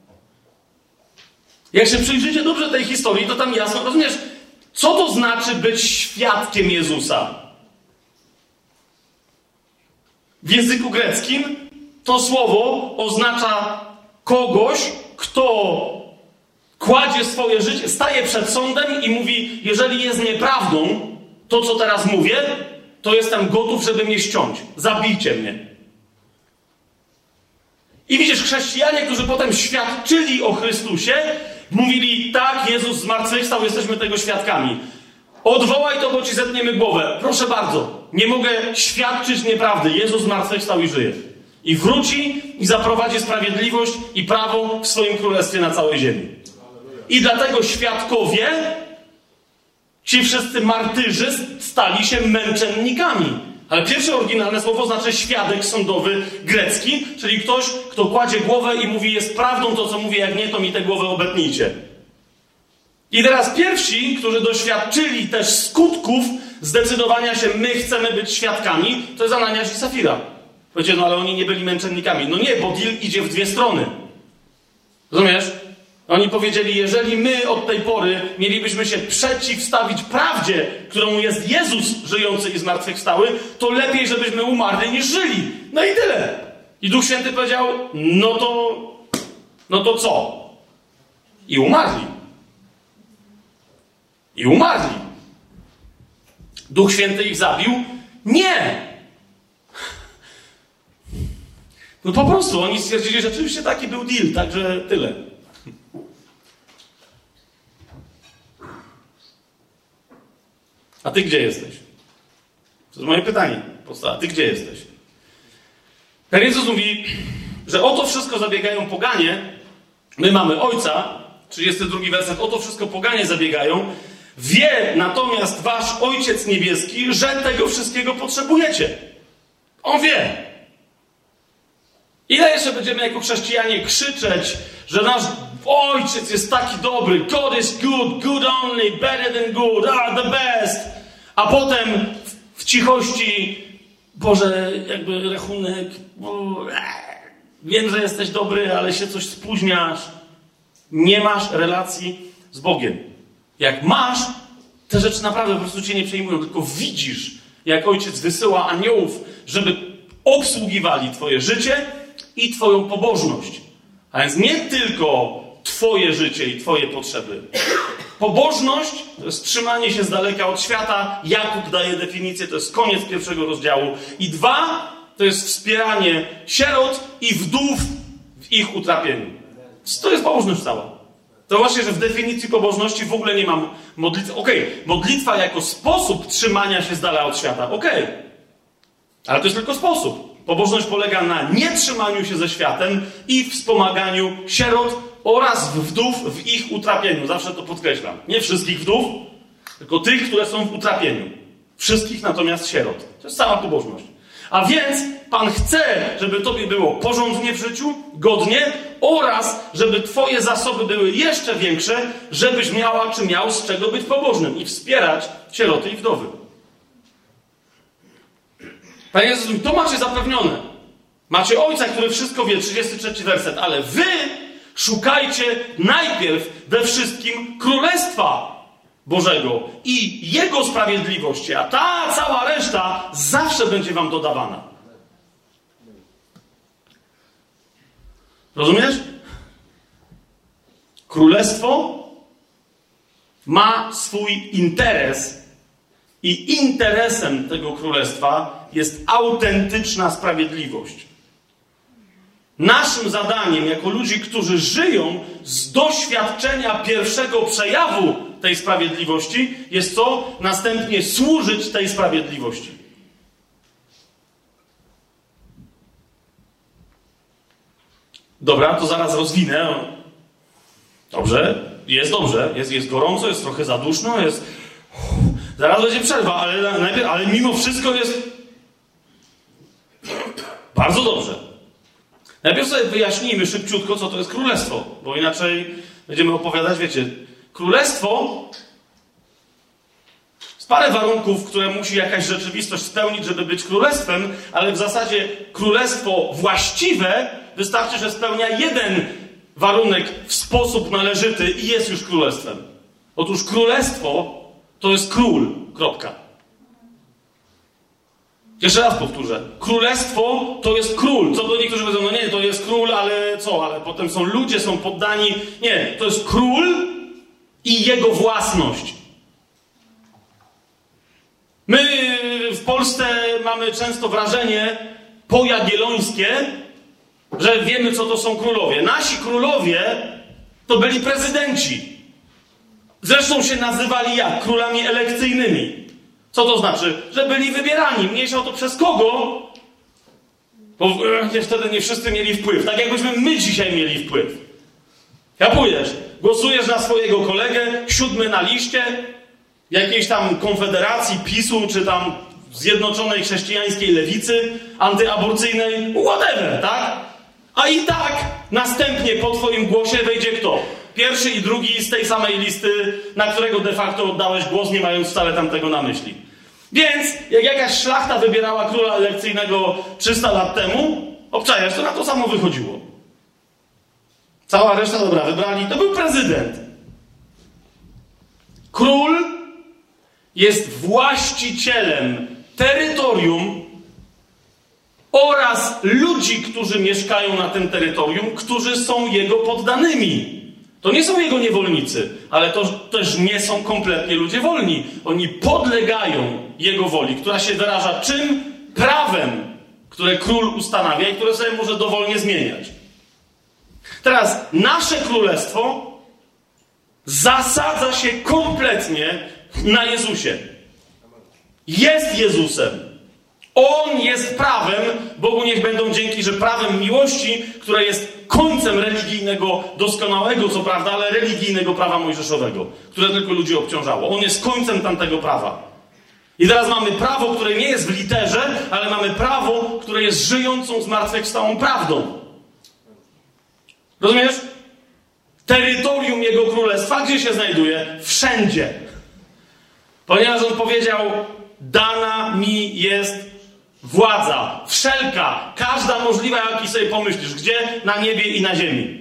A: Jak się przyjrzycie dobrze tej historii, to tam jasno, rozumiesz, co to znaczy być świadkiem Jezusa? w języku greckim to słowo oznacza kogoś, kto kładzie swoje życie, staje przed sądem i mówi, jeżeli jest nieprawdą to, co teraz mówię, to jestem gotów, żeby mnie ściąć. Zabijcie mnie. I widzisz, chrześcijanie, którzy potem świadczyli o Chrystusie, mówili, tak, Jezus zmartwychwstał, jesteśmy tego świadkami. Odwołaj to, bo ci zetniemy głowę. Proszę bardzo, nie mogę świadczyć nieprawdy. Jezus zmartwychwstał i żyje. I wróci i zaprowadzi sprawiedliwość i prawo w swoim królestwie na całej ziemi. I dlatego świadkowie, ci wszyscy martyrzy, stali się męczennikami. Ale pierwsze oryginalne słowo znaczy świadek sądowy grecki, czyli ktoś, kto kładzie głowę i mówi, jest prawdą to, co mówię, jak nie, to mi tę głowę obetnijcie. I teraz pierwsi, którzy doświadczyli też skutków zdecydowania się, my chcemy być świadkami, to jest Ananiasz i Safira. Powiecie, no ale oni nie byli męczennikami. No nie, bo deal idzie w dwie strony. Rozumiesz? Oni powiedzieli, jeżeli my od tej pory mielibyśmy się przeciwstawić prawdzie, którą jest Jezus żyjący i zmartwychwstały, to lepiej, żebyśmy umarli niż żyli. No i tyle. I Duch Święty powiedział, no to, no to co? I umarli. I umarli. Duch Święty ich zabił? Nie! No po prostu oni stwierdzili, że rzeczywiście taki był deal, także tyle. A ty gdzie jesteś? To jest moje pytanie. A ty gdzie jesteś? Pan Jezus mówi, że o to wszystko zabiegają poganie. My mamy Ojca, trzydziesty drugi werset, o to wszystko poganie zabiegają. Wie natomiast wasz Ojciec Niebieski, że tego wszystkiego potrzebujecie. On wie. Ile jeszcze będziemy jako chrześcijanie krzyczeć, że nasz Ojciec jest taki dobry, God is good, good only, better than good, ah, the best. A potem w, w cichości, Boże, jakby rachunek, bo, eh, wiem, że jesteś dobry, ale się coś spóźniasz. Nie masz relacji z Bogiem. Jak masz, te rzeczy naprawdę po prostu cię nie przejmują, tylko widzisz, jak Ojciec wysyła aniołów, żeby obsługiwali twoje życie i twoją pobożność. A więc nie tylko twoje życie i twoje potrzeby. Pobożność to jest trzymanie się z daleka od świata. Jakub daje definicję, to jest koniec pierwszego rozdziału. I dwa, to jest wspieranie sierot i wdów w ich utrapieniu. To jest pobożność cała. To właśnie, że w definicji pobożności w ogóle nie mam modlitwy. Okej, okay, modlitwa jako sposób trzymania się z dala od świata. Okej. Okay. Ale to jest tylko sposób. Pobożność polega na nietrzymaniu się ze światem i wspomaganiu sierot oraz wdów w ich utrapieniu. Zawsze to podkreślam. Nie wszystkich wdów, tylko tych, które są w utrapieniu. Wszystkich natomiast sierot. To jest cała pobożność. A więc Pan chce, żeby tobie było porządnie w życiu, godnie oraz żeby twoje zasoby były jeszcze większe, żebyś miała czy miał z czego być pobożnym i wspierać sieroty i wdowy. Panie Jezus mówi, to macie zapewnione. Macie Ojca, który wszystko wie, trzydziesty trzeci werset, ale wy szukajcie najpierw we wszystkim Królestwa Bożego i Jego sprawiedliwości, a ta cała reszta zawsze będzie wam dodawana. Rozumiesz? Królestwo ma swój interes i interesem tego królestwa jest autentyczna sprawiedliwość. Naszym zadaniem, jako ludzi, którzy żyją z doświadczenia pierwszego przejawu tej sprawiedliwości, jest co? Następnie służyć tej sprawiedliwości. Dobra, to zaraz rozwinę. Dobrze, jest dobrze, jest, jest gorąco, jest trochę za duszno, jest... Zaraz będzie przerwa, ale, najpierw, ale mimo wszystko jest bardzo dobrze. Najpierw sobie wyjaśnijmy szybciutko, co to jest królestwo, bo inaczej będziemy opowiadać, wiecie, królestwo jest parę warunków, które musi jakaś rzeczywistość spełnić, żeby być królestwem, ale w zasadzie królestwo właściwe wystarczy, że spełnia jeden warunek w sposób należyty i jest już królestwem. Otóż królestwo to jest król. Kropka. Jeszcze raz powtórzę. Królestwo to jest król. Co do niektórzy powiedzą, no nie, to jest król, ale co? Ale potem są ludzie, są poddani. Nie, to jest król i jego własność. My w Polsce mamy często wrażenie pojagiellońskie, że wiemy, co to są królowie. Nasi królowie to byli prezydenci. Zresztą się nazywali jak? Królami elekcyjnymi. Co to znaczy? Że byli wybierani. Mniejsza o to przez kogo? Bo e, wtedy nie wszyscy mieli wpływ. Tak jakbyśmy my dzisiaj mieli wpływ. Kapujesz? Głosujesz na swojego kolegę, siódmy na liście jakiejś tam konfederacji, PiSu, czy tam Zjednoczonej Chrześcijańskiej Lewicy, antyaborcyjnej, whatever, tak? A i tak następnie po twoim głosie wejdzie kto? Pierwszy i drugi z tej samej listy, na którego de facto oddałeś głos, nie mając wcale tamtego na myśli. Więc jak jakaś szlachta wybierała króla elekcyjnego trzysta lat temu, obczajasz, to na to samo wychodziło. Cała reszta, dobra, wybrali, to był prezydent. Król jest właścicielem terytorium oraz ludzi, którzy mieszkają na tym terytorium, którzy są jego poddanymi. To nie są jego niewolnicy, ale to też nie są kompletnie ludzie wolni. Oni podlegają jego woli, która się wyraża czym? Prawem, które król ustanawia i które sobie może dowolnie zmieniać. Teraz nasze królestwo zasadza się kompletnie na Jezusie. Jest Jezusem. On jest prawem, Bogu niech będą dzięki, że prawem miłości, które jest końcem religijnego, doskonałego, co prawda, ale religijnego prawa mojżeszowego, które tylko ludzi obciążało. On jest końcem tamtego prawa. I teraz mamy prawo, które nie jest w literze, ale mamy prawo, które jest żyjącą, zmartwychwstałą prawdą. Rozumiesz? Terytorium Jego Królestwa, gdzie się znajduje? Wszędzie. Ponieważ On powiedział, dana mi jest władza, wszelka, każda możliwa, jaki sobie pomyślisz. Gdzie? Na niebie i na ziemi.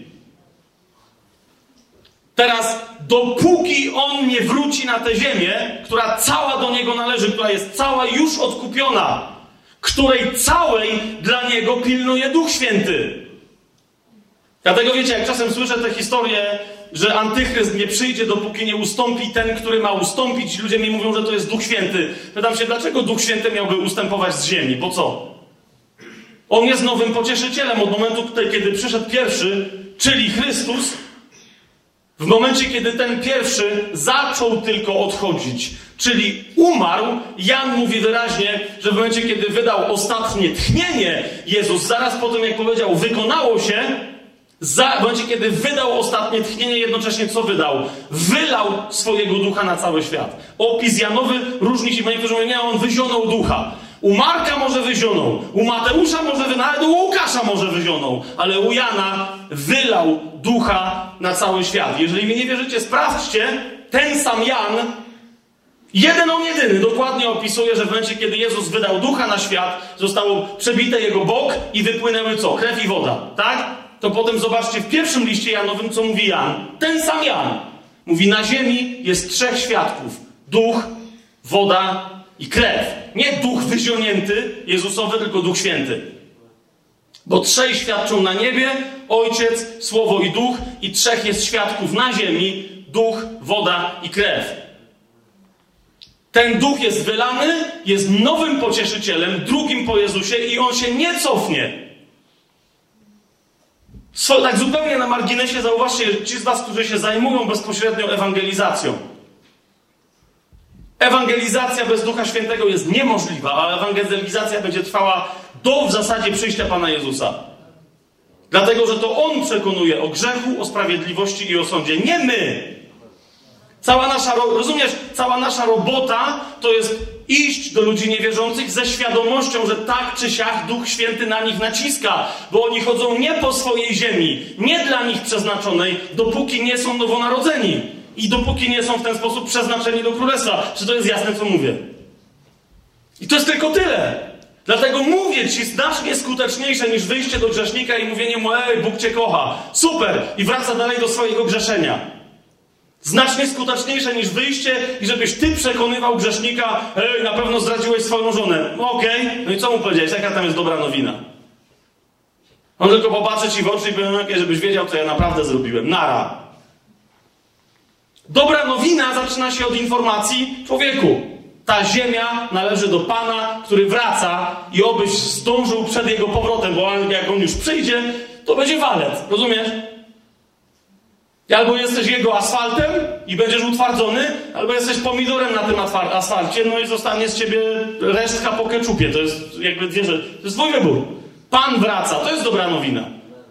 A: Teraz, dopóki On nie wróci na tę ziemię, która cała do Niego należy, która jest cała już odkupiona, której całej dla Niego pilnuje Duch Święty. Dlatego wiecie, jak czasem słyszę te historie, że antychryst nie przyjdzie, dopóki nie ustąpi ten, który ma ustąpić. Ludzie mi mówią, że to jest Duch Święty. Pytam się, dlaczego Duch Święty miałby ustępować z ziemi? Po co? On jest nowym pocieszycielem od momentu tutaj, kiedy przyszedł pierwszy, czyli Chrystus. W momencie, kiedy ten pierwszy zaczął tylko odchodzić, czyli umarł, Jan mówi wyraźnie, że w momencie, kiedy wydał ostatnie tchnienie, Jezus zaraz po tym, jak powiedział, wykonało się, Za, w momencie, kiedy wydał ostatnie tchnienie, jednocześnie co wydał? Wylał swojego ducha na cały świat. Opis Janowy różni się, bo niektórzy mówią, nie, on wyzionął ducha. U Marka może wyzionął, u Mateusza może wylał, nawet u Łukasza może wyzionął, ale u Jana wylał ducha na cały świat. Jeżeli mi nie wierzycie, sprawdźcie, ten sam Jan, jeden on jedyny, dokładnie opisuje, że w momencie, kiedy Jezus wydał ducha na świat, zostało przebite jego bok i wypłynęły co? Krew i woda, tak? To potem zobaczcie w pierwszym liście Janowym, co mówi Jan. Ten sam Jan mówi, na ziemi jest trzech świadków. Duch, woda i krew. Nie duch wyzionięty Jezusowy, tylko Duch Święty. Bo trzej świadczą na niebie, Ojciec, Słowo i Duch, i trzech jest świadków na ziemi, duch, woda i krew. Ten duch jest wylany, jest nowym pocieszycielem, drugim po Jezusie i on się nie cofnie. So, tak zupełnie na marginesie zauważcie, ci z was, którzy się zajmują bezpośrednio ewangelizacją. Ewangelizacja bez Ducha Świętego jest niemożliwa, a ewangelizacja będzie trwała do w zasadzie przyjścia Pana Jezusa. Dlatego, że to On przekonuje o grzechu, o sprawiedliwości i o sądzie, nie my. Cała nasza, rozumiesz, cała nasza robota to jest iść do ludzi niewierzących ze świadomością, że tak czy siak Duch Święty na nich naciska, bo oni chodzą nie po swojej ziemi, nie dla nich przeznaczonej, dopóki nie są nowonarodzeni i dopóki nie są w ten sposób przeznaczeni do Królestwa. Czy to jest jasne, co mówię? I to jest tylko tyle. Dlatego mówię ci, znacznie skuteczniejsze niż wyjście do grzesznika i mówienie mu, ej, Bóg cię kocha, super, i wraca dalej do swojego grzeszenia. Znacznie skuteczniejsze niż wyjście i żebyś ty przekonywał grzesznika, ej, na pewno zdradziłeś swoją żonę. No okej, okay. No i co mu powiedziałeś? Jaka tam jest dobra nowina? On tylko popatrzy ci w oczy i powie, żebyś wiedział, co ja naprawdę zrobiłem. Nara. Dobra nowina zaczyna się od informacji człowieku. Ta ziemia należy do Pana, który wraca i obyś zdążył przed Jego powrotem, bo jak On już przyjdzie, to będzie walet. Rozumiesz? I albo jesteś Jego asfaltem i będziesz utwardzony, albo jesteś pomidorem na tym asfalcie, no i zostanie z ciebie resztka po keczupie. To jest jakby dwie rzeczy. To jest twój wybór. Pan wraca. To jest dobra nowina.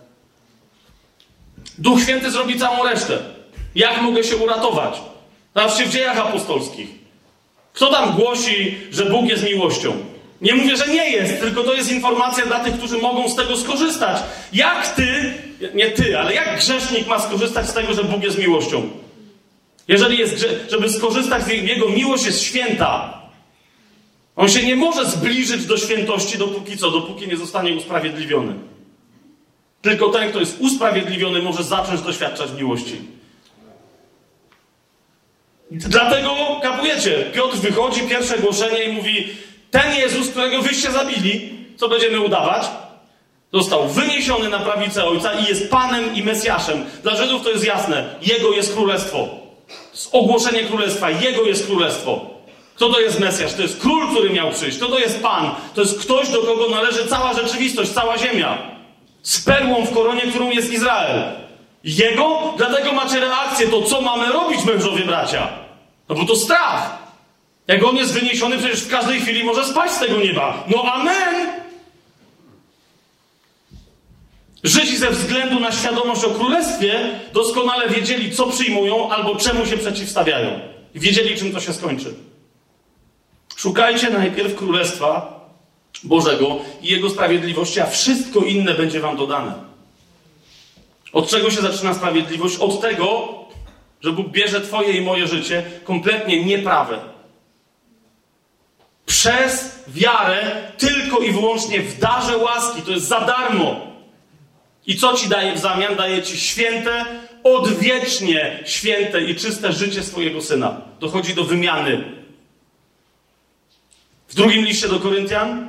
A: Duch Święty zrobi całą resztę. Jak mogę się uratować? Zobaczcie w Dziejach Apostolskich. Kto tam głosi, że Bóg jest miłością? Nie mówię, że nie jest, tylko to jest informacja dla tych, którzy mogą z tego skorzystać. Jak ty, nie ty, ale jak grzesznik ma skorzystać z tego, że Bóg jest miłością? Jeżeli jest, żeby skorzystać z Jego miłość jest święta. On się nie może zbliżyć do świętości, dopóki co? Dopóki nie zostanie usprawiedliwiony. Tylko ten, kto jest usprawiedliwiony, może zacząć doświadczać miłości. Dlatego, kapujecie, Piotr wychodzi, pierwsze głoszenie i mówi, ten Jezus, którego wyście zabili, co będziemy udawać, został wyniesiony na prawicę Ojca i jest Panem i Mesjaszem. Dla Żydów to jest jasne. Jego jest królestwo. Ogłoszenie królestwa. Jego jest królestwo. Kto to jest Mesjasz? To jest król, który miał przyjść. Kto to jest Pan? To jest ktoś, do kogo należy cała rzeczywistość, cała ziemia. Z perłą w koronie, którą jest Izrael. Jego? Dlatego macie reakcję. To co mamy robić, mężowie bracia? No bo to strach. Jak on jest wyniesiony, przecież w każdej chwili może spaść z tego nieba. No amen! Żydzi ze względu na świadomość o królestwie doskonale wiedzieli, co przyjmują albo czemu się przeciwstawiają. I wiedzieli, czym to się skończy. Szukajcie najpierw Królestwa Bożego i Jego sprawiedliwości, a wszystko inne będzie wam dodane. Od czego się zaczyna sprawiedliwość? Od tego, że Bóg bierze twoje i moje życie kompletnie nieprawe. Przez wiarę tylko i wyłącznie w darze łaski. To jest za darmo. I co ci daje w zamian? Daje ci święte, odwiecznie święte i czyste życie swojego Syna. Dochodzi do wymiany. W drugim liście do Koryntian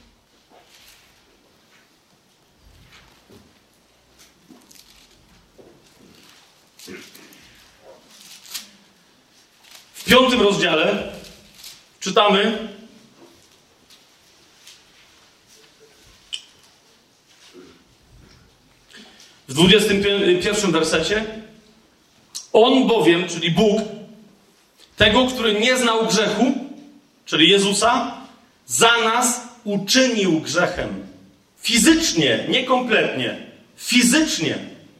A: w piątym rozdziale czytamy w dwudziestym pierwszym wersecie: On bowiem, czyli Bóg, tego, który nie znał grzechu, czyli Jezusa, za nas uczynił grzechem. Fizycznie, nie kompletnie. Fizycznie.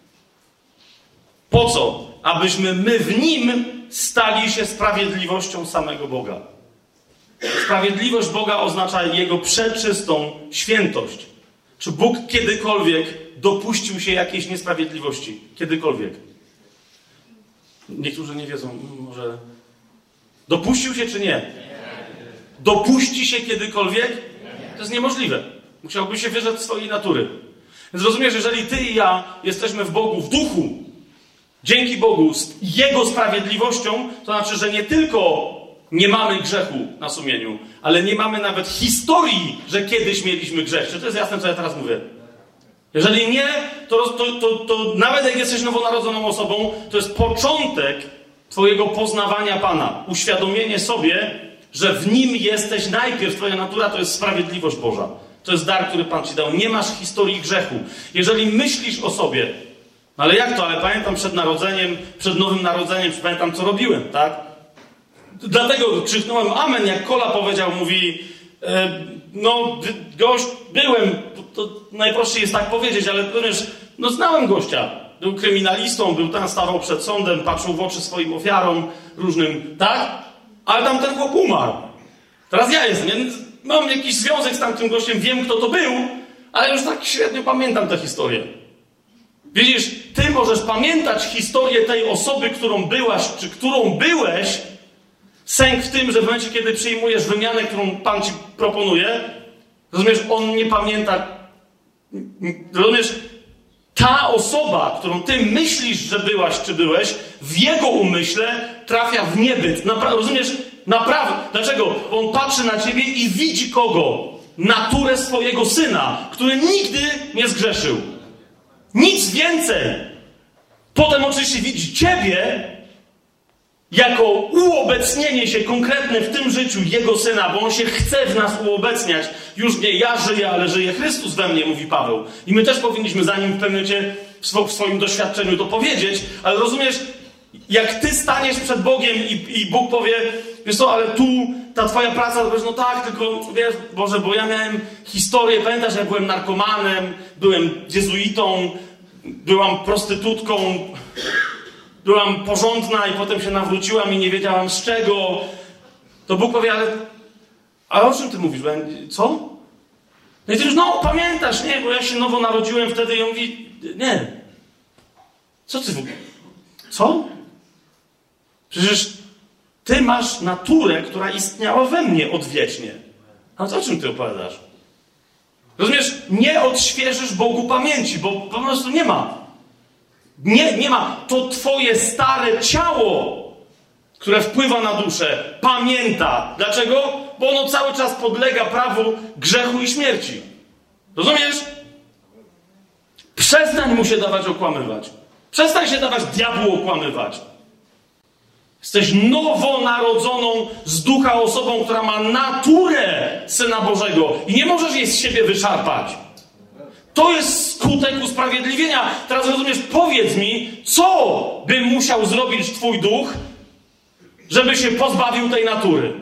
A: Po co? Abyśmy my w Nim stali się sprawiedliwością samego Boga. Sprawiedliwość Boga oznacza Jego przeczystą świętość. Czy Bóg kiedykolwiek dopuścił się jakiejś niesprawiedliwości? Kiedykolwiek. Niektórzy nie wiedzą, może... Dopuścił się czy nie? Dopuści się kiedykolwiek? To jest niemożliwe. Musiałby się wyrzec swojej natury. Więc rozumiesz, jeżeli ty i ja jesteśmy w Bogu, w duchu, dzięki Bogu, z Jego sprawiedliwością, to znaczy, że nie tylko nie mamy grzechu na sumieniu, ale nie mamy nawet historii, że kiedyś mieliśmy grzech. Czy to jest jasne, co ja teraz mówię? Jeżeli nie, to, to, to, to nawet jak jesteś nowonarodzoną osobą, to jest początek twojego poznawania Pana. Uświadomienie sobie, że w Nim jesteś najpierw. Twoja natura to jest sprawiedliwość Boża. To jest dar, który Pan ci dał. Nie masz historii grzechu. Jeżeli myślisz o sobie, ale jak to? Ale pamiętam przed narodzeniem, przed Nowym Narodzeniem, pamiętam, co robiłem, tak? Dlatego krzyknąłem amen, jak Kola powiedział, mówi, e, no, gość, byłem, to najprościej jest tak powiedzieć, ale wiesz, no znałem gościa. Był kryminalistą, był tam, stawał przed sądem, patrzył w oczy swoim ofiarom różnym, tak? Ale tam ten chłop umarł. Teraz ja jestem, ja mam jakiś związek z tamtym gościem, wiem, kto to był, ale już tak średnio pamiętam tę historię. Widzisz, ty możesz pamiętać historię tej osoby, którą byłaś, czy którą byłeś. Sęk w tym, że w momencie, kiedy przyjmujesz wymianę, którą Pan ci proponuje, rozumiesz, on nie pamięta. Rozumiesz, ta osoba, którą ty myślisz, że byłaś czy byłeś, w jego umyśle trafia w niebyt. Napra- rozumiesz? Naprawdę. Dlaczego? On patrzy na ciebie i widzi kogo? Naturę swojego syna, który nigdy nie zgrzeszył. Nic więcej. Potem oczywiście widzi ciebie jako uobecnienie się konkretne w tym życiu Jego Syna, bo On się chce w nas uobecniać. Już nie ja żyję, ale żyje Chrystus we mnie, mówi Paweł. I my też powinniśmy za Nim w pewnym momencie w swoim doświadczeniu to powiedzieć, ale rozumiesz, jak ty staniesz przed Bogiem i, i Bóg powie, wiesz co, ale tu ta twoja praca, to powiesz, no tak, tylko wiesz, Boże, bo ja miałem historię, pamiętasz, ja byłem narkomanem, byłem jezuitą, byłam prostytutką, byłam porządna i potem się nawróciłam i nie wiedziałam z czego. To Bóg powie, ale, ale o czym ty mówisz? Co? No i ty już, no pamiętasz, nie, bo ja się nowo narodziłem wtedy i on mówi, nie. Co ty w ogóle? Co? Przecież ty masz naturę, która istniała we mnie odwiecznie. A o czym ty opowiadasz? Rozumiesz? Nie odświeżysz Bogu pamięci, bo po prostu nie ma. Nie, nie ma. To twoje stare ciało, które wpływa na duszę, pamięta. Dlaczego? Bo ono cały czas podlega prawu grzechu i śmierci. Rozumiesz? Przestań mu się dawać okłamywać. Przestań się dawać diabłu okłamywać. Jesteś nowonarodzoną z ducha osobą, która ma naturę Syna Bożego i nie możesz jej z siebie wyszarpać. To jest skutek usprawiedliwienia. Teraz rozumiesz, powiedz mi, co by musiał zrobić twój duch, żeby się pozbawił tej natury.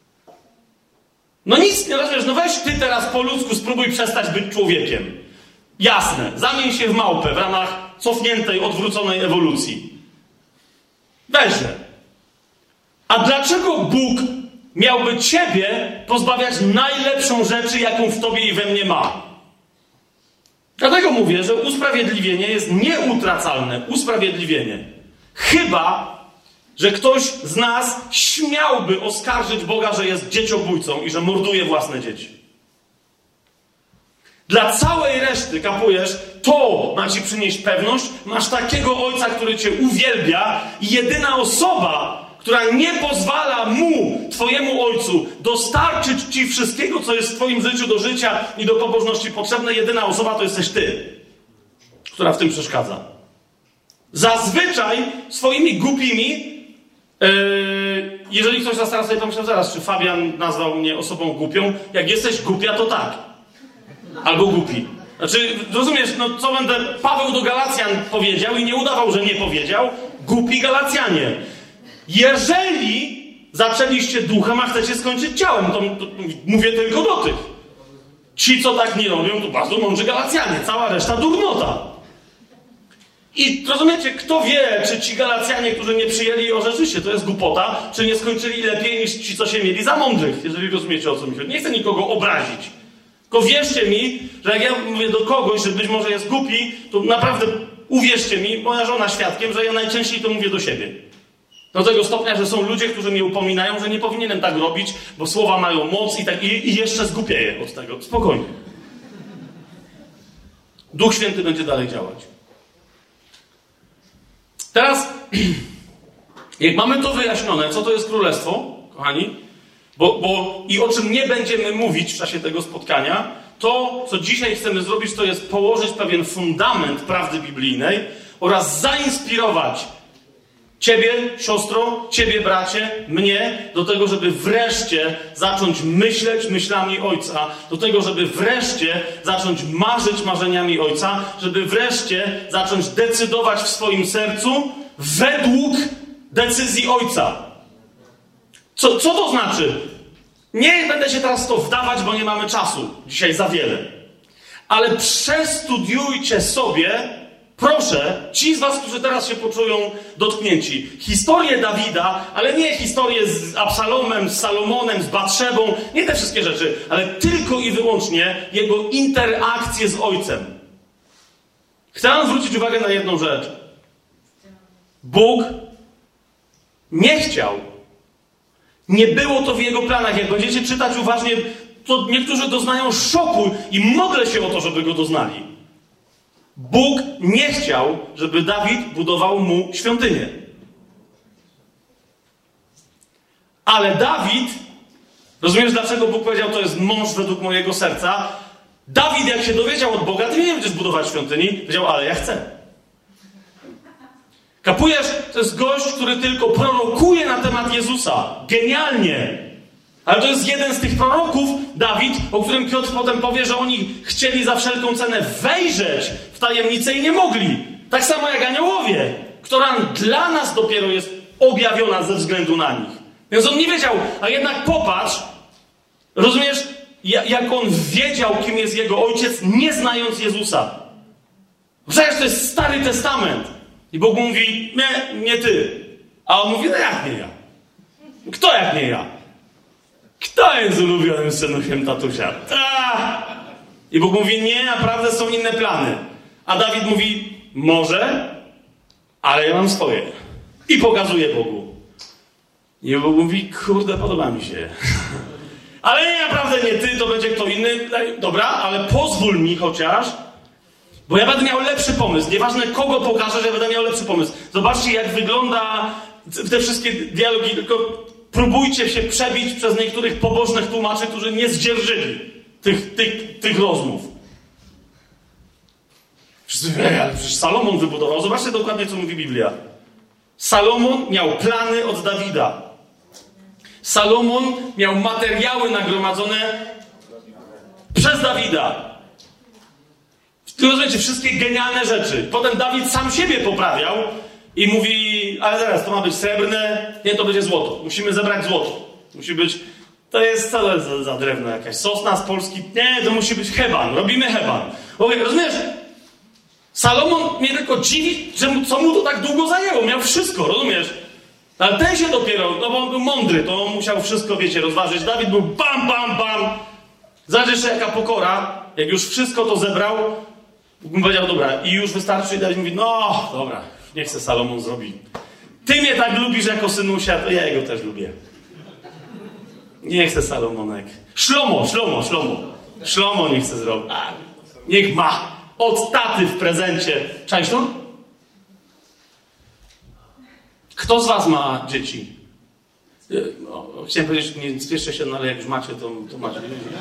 A: No nic, nie rozumiesz, no weź ty teraz po ludzku spróbuj przestać być człowiekiem. Jasne, zamień się w małpę w ramach cofniętej, odwróconej ewolucji. Weźże. A dlaczego Bóg miałby ciebie pozbawiać najlepszą rzeczy, jaką w tobie i we mnie ma? Dlatego mówię, że usprawiedliwienie jest nieutracalne. Usprawiedliwienie. Chyba, że ktoś z nas śmiałby oskarżyć Boga, że jest dzieciobójcą i że morduje własne dzieci. Dla całej reszty, kapujesz, to ma ci przynieść pewność. Masz takiego ojca, który cię uwielbia i jedyna osoba, która nie pozwala mu, twojemu ojcu, dostarczyć ci wszystkiego, co jest w twoim życiu do życia i do pobożności potrzebne, jedyna osoba to jesteś ty, która w tym przeszkadza. Zazwyczaj swoimi głupimi, yy, jeżeli ktoś nas teraz sobie pomyślał, zaraz, czy Fabian nazwał mnie osobą głupią, jak jesteś głupia, to tak. Albo głupi. Znaczy, rozumiesz, no co będę, Paweł do Galacjan powiedział i nie udawał, że nie powiedział, głupi Galacjanie. Jeżeli zaczęliście duchem, a chcecie skończyć ciałem, to, to mówię tylko do tych. Ci, co tak nie robią, to bardzo mądrzy Galacjanie. Cała reszta durnota. I rozumiecie, kto wie, czy ci Galacjanie, którzy nie przyjęli orzeczyście, to jest głupota, czy nie skończyli lepiej niż ci, co się mieli za mądrych, jeżeli rozumiecie, o co mi chodzi. Nie chcę nikogo obrazić. Tylko wierzcie mi, że jak ja mówię do kogoś, że być może jest głupi, to naprawdę uwierzcie mi, moja żona świadkiem, że ja najczęściej to mówię do siebie. Do tego stopnia, że są ludzie, którzy mnie upominają, że nie powinienem tak robić, bo słowa mają moc i, tak, i, i jeszcze zgłupieję od tego. Spokojnie. Duch Święty będzie dalej działać. Teraz, jak mamy to wyjaśnione, co to jest królestwo, kochani, bo, bo i o czym nie będziemy mówić w czasie tego spotkania, to, co dzisiaj chcemy zrobić, to jest położyć pewien fundament prawdy biblijnej oraz zainspirować ciebie, siostro, ciebie, bracie, mnie, do tego, żeby wreszcie zacząć myśleć myślami Ojca, do tego, żeby wreszcie zacząć marzyć marzeniami Ojca, żeby wreszcie zacząć decydować w swoim sercu według decyzji Ojca. Co, co to znaczy? Nie będę się teraz w to wdawać, bo nie mamy czasu. Dzisiaj za wiele. Ale przestudiujcie sobie, proszę, ci z was, którzy teraz się poczują dotknięci, historię Dawida, ale nie historię z Absalomem, z Salomonem, z Batszebą, nie te wszystkie rzeczy, ale tylko i wyłącznie jego interakcję z Ojcem. Chcę wam zwrócić uwagę na jedną rzecz. Bóg nie chciał, nie było to w jego planach. Jak będziecie czytać uważnie, to niektórzy doznają szoku i modlę się o to, żeby go doznali. Bóg nie chciał, żeby Dawid budował mu świątynię. Ale Dawid, rozumiesz, dlaczego Bóg powiedział, to jest mąż według mojego serca? Dawid, jak się dowiedział od Boga, ty nie będziesz budować świątyni, powiedział, ale ja chcę. Kapujesz? To jest gość, który tylko prorokuje na temat Jezusa. Genialnie. Ale to jest jeden z tych proroków, Dawid, o którym Piotr potem powie, że oni chcieli za wszelką cenę wejrzeć w tajemnicę i nie mogli. Tak samo jak aniołowie, która dla nas dopiero jest objawiona ze względu na nich. Więc on nie wiedział, a jednak popatrz, rozumiesz, jak on wiedział, kim jest jego ojciec, nie znając Jezusa. Przecież to jest Stary Testament. I Bóg mówi, nie, nie ty. A on mówi, no jak nie ja? Kto jak nie ja? Kto jest ulubionym synusiem tatusia? Ta! I Bóg mówi, nie, naprawdę są inne plany. A Dawid mówi, może, ale ja mam swoje. I pokazuje Bogu. I Bóg mówi, kurde, podoba mi się. Ale nie, naprawdę nie ty, to będzie kto inny. Dobra, ale pozwól mi chociaż, bo ja będę miał lepszy pomysł. Nieważne kogo pokażę, że ja będę miał lepszy pomysł. Zobaczcie, jak wygląda te wszystkie dialogi, tylko próbujcie się przebić przez niektórych pobożnych tłumaczy, którzy nie zdzierżyli tych, tych, tych rozmów. Ej, ale przecież Salomon wybudował. Zobaczcie dokładnie, co mówi Biblia. Salomon miał plany od Dawida. Salomon miał materiały nagromadzone przez Dawida. Rozumiecie, wszystkie genialne rzeczy. Potem Dawid sam siebie poprawiał i mówi, ale zaraz, to ma być srebrne, nie, to będzie złoto. Musimy zebrać złoto. Musi być, to jest co za, za drewno, jakaś sosna z Polski. Nie, to musi być heban, robimy heban. Rozumiesz? Salomon mnie tylko dziwi, że mu, co mu to tak długo zajęło. Miał wszystko, rozumiesz? Ale ten się dopiero, no bo on był mądry, to on musiał wszystko, wiecie, rozważyć. Dawid był bam, bam, bam. Zobacz jeszcze jaka pokora. Jak już wszystko to zebrał, Bóg powiedział, dobra, i już wystarczy. I Dawid mówi, no, dobra, niech se Salomon zrobi. Ty mnie tak lubisz jako synusia, to ja jego też lubię. Nie chcę Salomonek. Szlomo, Szlomo, Szlomo. Szlomo nie chce zrobić. A, niech ma. Od taty w prezencie. Czaisz to? Kto z was ma dzieci? No, chciałem powiedzieć, nie spieszcie się, no ale jak już macie, to, to macie.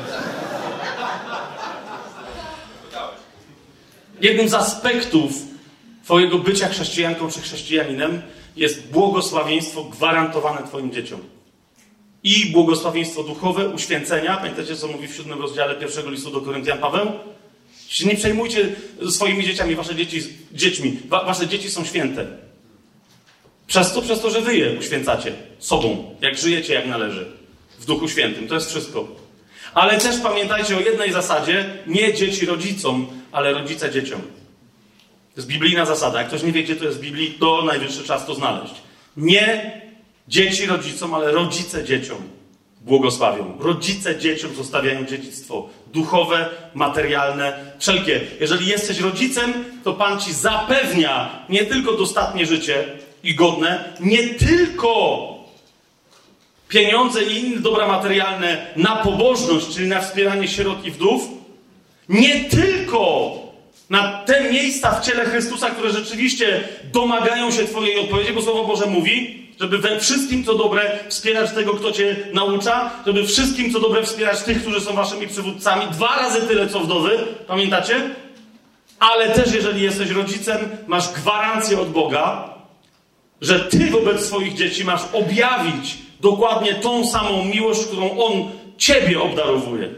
A: Jednym z aspektów twojego bycia chrześcijanką czy chrześcijaninem jest błogosławieństwo gwarantowane twoim dzieciom. I błogosławieństwo duchowe, uświęcenia. Pamiętacie, co mówi w siódmym rozdziale pierwszego listu do Koryntian Paweł? Się nie przejmujcie swoimi dzieciami, wasze dzieci, dziećmi. Wa, wasze dzieci są święte. Przez to, przez to, że wy je uświęcacie sobą, jak żyjecie, jak należy. W Duchu Świętym. To jest wszystko. Ale też pamiętajcie o jednej zasadzie. Nie dzieci rodzicom, ale rodzice dzieciom. To jest biblijna zasada. Jak ktoś nie wie, gdzie to jest w Biblii, to najwyższy czas to znaleźć. Nie dzieci rodzicom, ale rodzice dzieciom błogosławią. Rodzice dzieciom zostawiają dziedzictwo duchowe, materialne, wszelkie. Jeżeli jesteś rodzicem, to Pan ci zapewnia nie tylko dostatnie życie i godne, nie tylko pieniądze i inne dobra materialne na pobożność, czyli na wspieranie sierot i wdów, nie tylko na te miejsca w ciele Chrystusa, które rzeczywiście domagają się twojej odpowiedzi, bo Słowo Boże mówi, żeby we wszystkim, co dobre, wspierać tego, kto cię naucza, żeby wszystkim, co dobre, wspierać tych, którzy są waszymi przywódcami. Dwa razy tyle, co wdowy. Pamiętacie? Ale też, jeżeli jesteś rodzicem, masz gwarancję od Boga, że ty wobec swoich dzieci masz objawić dokładnie tą samą miłość, którą On ciebie obdarowuje.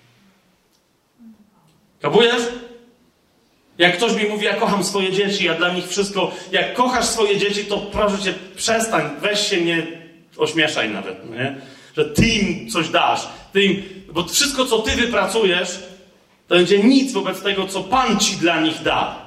A: Kapujesz? Jak ktoś mi mówi, ja kocham swoje dzieci, ja dla nich wszystko... Jak kochasz swoje dzieci, to proszę cię, przestań, weź się nie ośmieszaj nawet, nie? Że ty im coś dasz. Ty im, bo wszystko, co ty wypracujesz, to będzie nic wobec tego, co Pan ci dla nich da.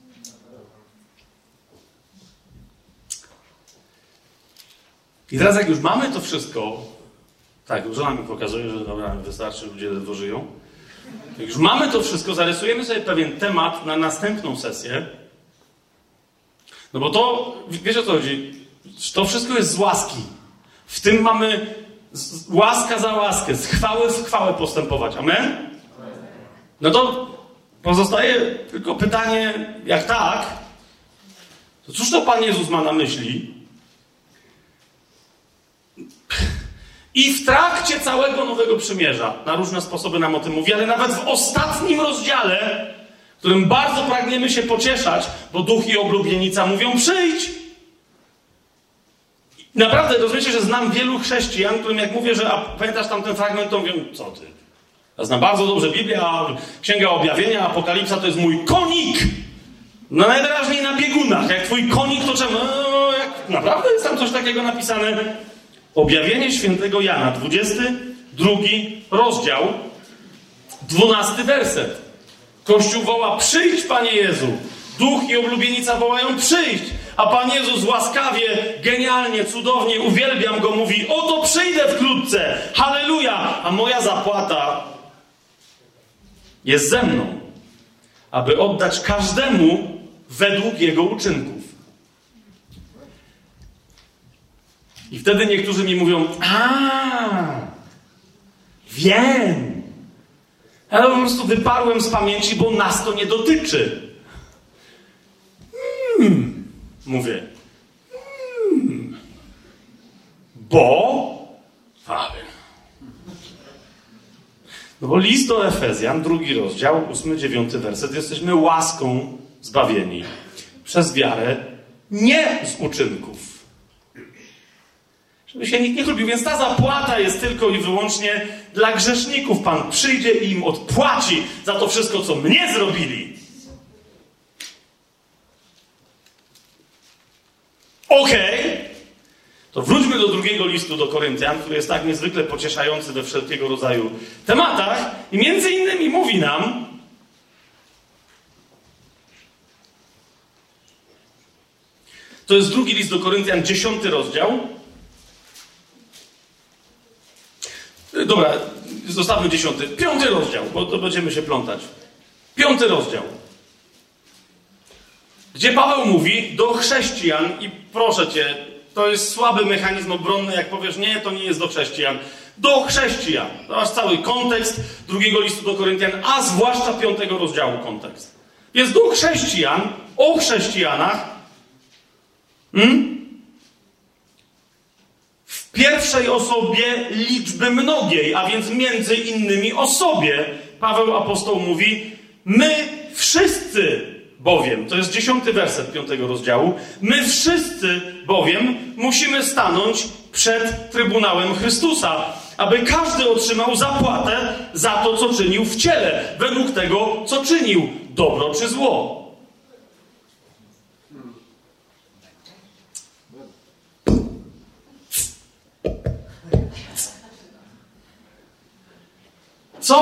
A: I teraz jak już mamy to wszystko, tak, żona mi pokazuje, że dobra, wystarczy, ludzie ledwo żyją. Jak już mamy to wszystko, zarysujemy sobie pewien temat na następną sesję. No bo to, wiecie o co chodzi? To wszystko jest z łaski. W tym mamy z, łaska za łaskę, z chwały w chwałę postępować. Amen? No to Pozostaje tylko pytanie, jak tak, to cóż to Pan Jezus ma na myśli? I w trakcie całego Nowego Przymierza, na różne sposoby nam o tym mówi, ale nawet w ostatnim rozdziale, którym bardzo pragniemy się pocieszać, bo duch i oblubienica mówią przyjdź. Naprawdę, rozumiecie, że znam wielu chrześcijan, którym jak mówię, że a pamiętasz tamten fragment, to mówią, co ty? Ja znam bardzo dobrze Biblię, a Księga Objawienia, Apokalipsa to jest mój konik. No najwyraźniej na biegunach. Jak twój konik, to czemu? No, jak naprawdę jest tam coś takiego napisane? Objawienie świętego Jana, dwudziesty drugi rozdział, dwunasty werset. Kościół woła, przyjdź, Panie Jezu. Duch i oblubienica wołają, przyjdź. A Pan Jezus łaskawie, genialnie, cudownie, uwielbiam Go, mówi, oto przyjdę wkrótce, halleluja, a moja zapłata jest ze mną, aby oddać każdemu według jego uczynków. I wtedy niektórzy mi mówią, a, wiem, ale po prostu wyparłem z pamięci, bo nas to nie dotyczy. Hmm. Mówię, hmm, bo, Paweł. No bo list do Efezjan, drugi rozdział, ósmy, dziewiąty werset, jesteśmy łaską zbawieni przez wiarę, nie z uczynków. Żeby się nikt nie lubił, więc ta zapłata jest tylko i wyłącznie dla grzeszników. Pan przyjdzie i im odpłaci za to wszystko, co mnie zrobili. Okej, okay. To wróćmy do drugiego listu do Koryntian, który jest tak niezwykle pocieszający we wszelkiego rodzaju tematach i między innymi mówi nam, to jest drugi list do Koryntian, dziesiąty rozdział. Dobra, zostawmy dziesiąty. Piąty rozdział, bo to będziemy się plątać. Piąty rozdział. Gdzie Paweł mówi do chrześcijan i proszę cię, to jest słaby mechanizm obronny, jak powiesz, nie, to nie jest do chrześcijan. Do chrześcijan. To masz cały kontekst drugiego listu do Koryntian, a zwłaszcza piątego rozdziału kontekst. Jest do chrześcijan, o chrześcijanach, hmm? w pierwszej osobie liczby mnogiej, a więc między innymi o sobie. Paweł apostoł mówi, my wszyscy bowiem, to jest dziesiąty werset piątego rozdziału, my wszyscy bowiem musimy stanąć przed Trybunałem Chrystusa, aby każdy otrzymał zapłatę za to, co czynił w ciele, według tego, co czynił, dobro czy zło. Co?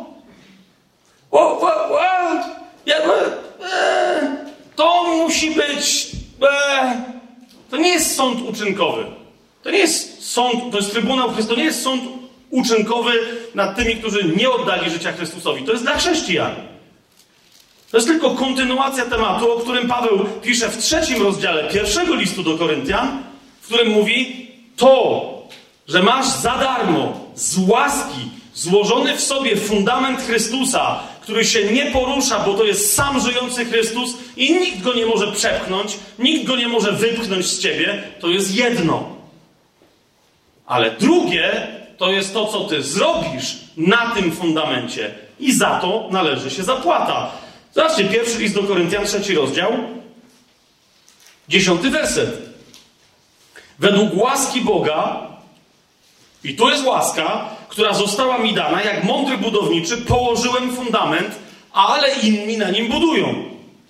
A: What, what, what? Ja, e, to musi być... E, to nie jest sąd uczynkowy. To nie jest sąd, to jest Trybunał Chrystusa, to nie jest sąd uczynkowy nad tymi, którzy nie oddali życia Chrystusowi. To jest dla chrześcijan. To jest tylko kontynuacja tematu, o którym Paweł pisze w trzecim rozdziale pierwszego listu do Koryntian, w którym mówi to, że masz za darmo z łaski złożony w sobie fundament Chrystusa, który się nie porusza, bo to jest sam żyjący Chrystus i nikt go nie może przepchnąć, nikt go nie może wypchnąć z ciebie, to jest jedno. Ale drugie to jest to, co ty zrobisz na tym fundamencie i za to należy się zapłata. Zobaczcie, pierwszy list do Koryntian, trzeci rozdział, dziesiąty werset. Według łaski Boga, i tu jest łaska, która została mi dana, jak mądry budowniczy, położyłem fundament, ale inni na nim budują.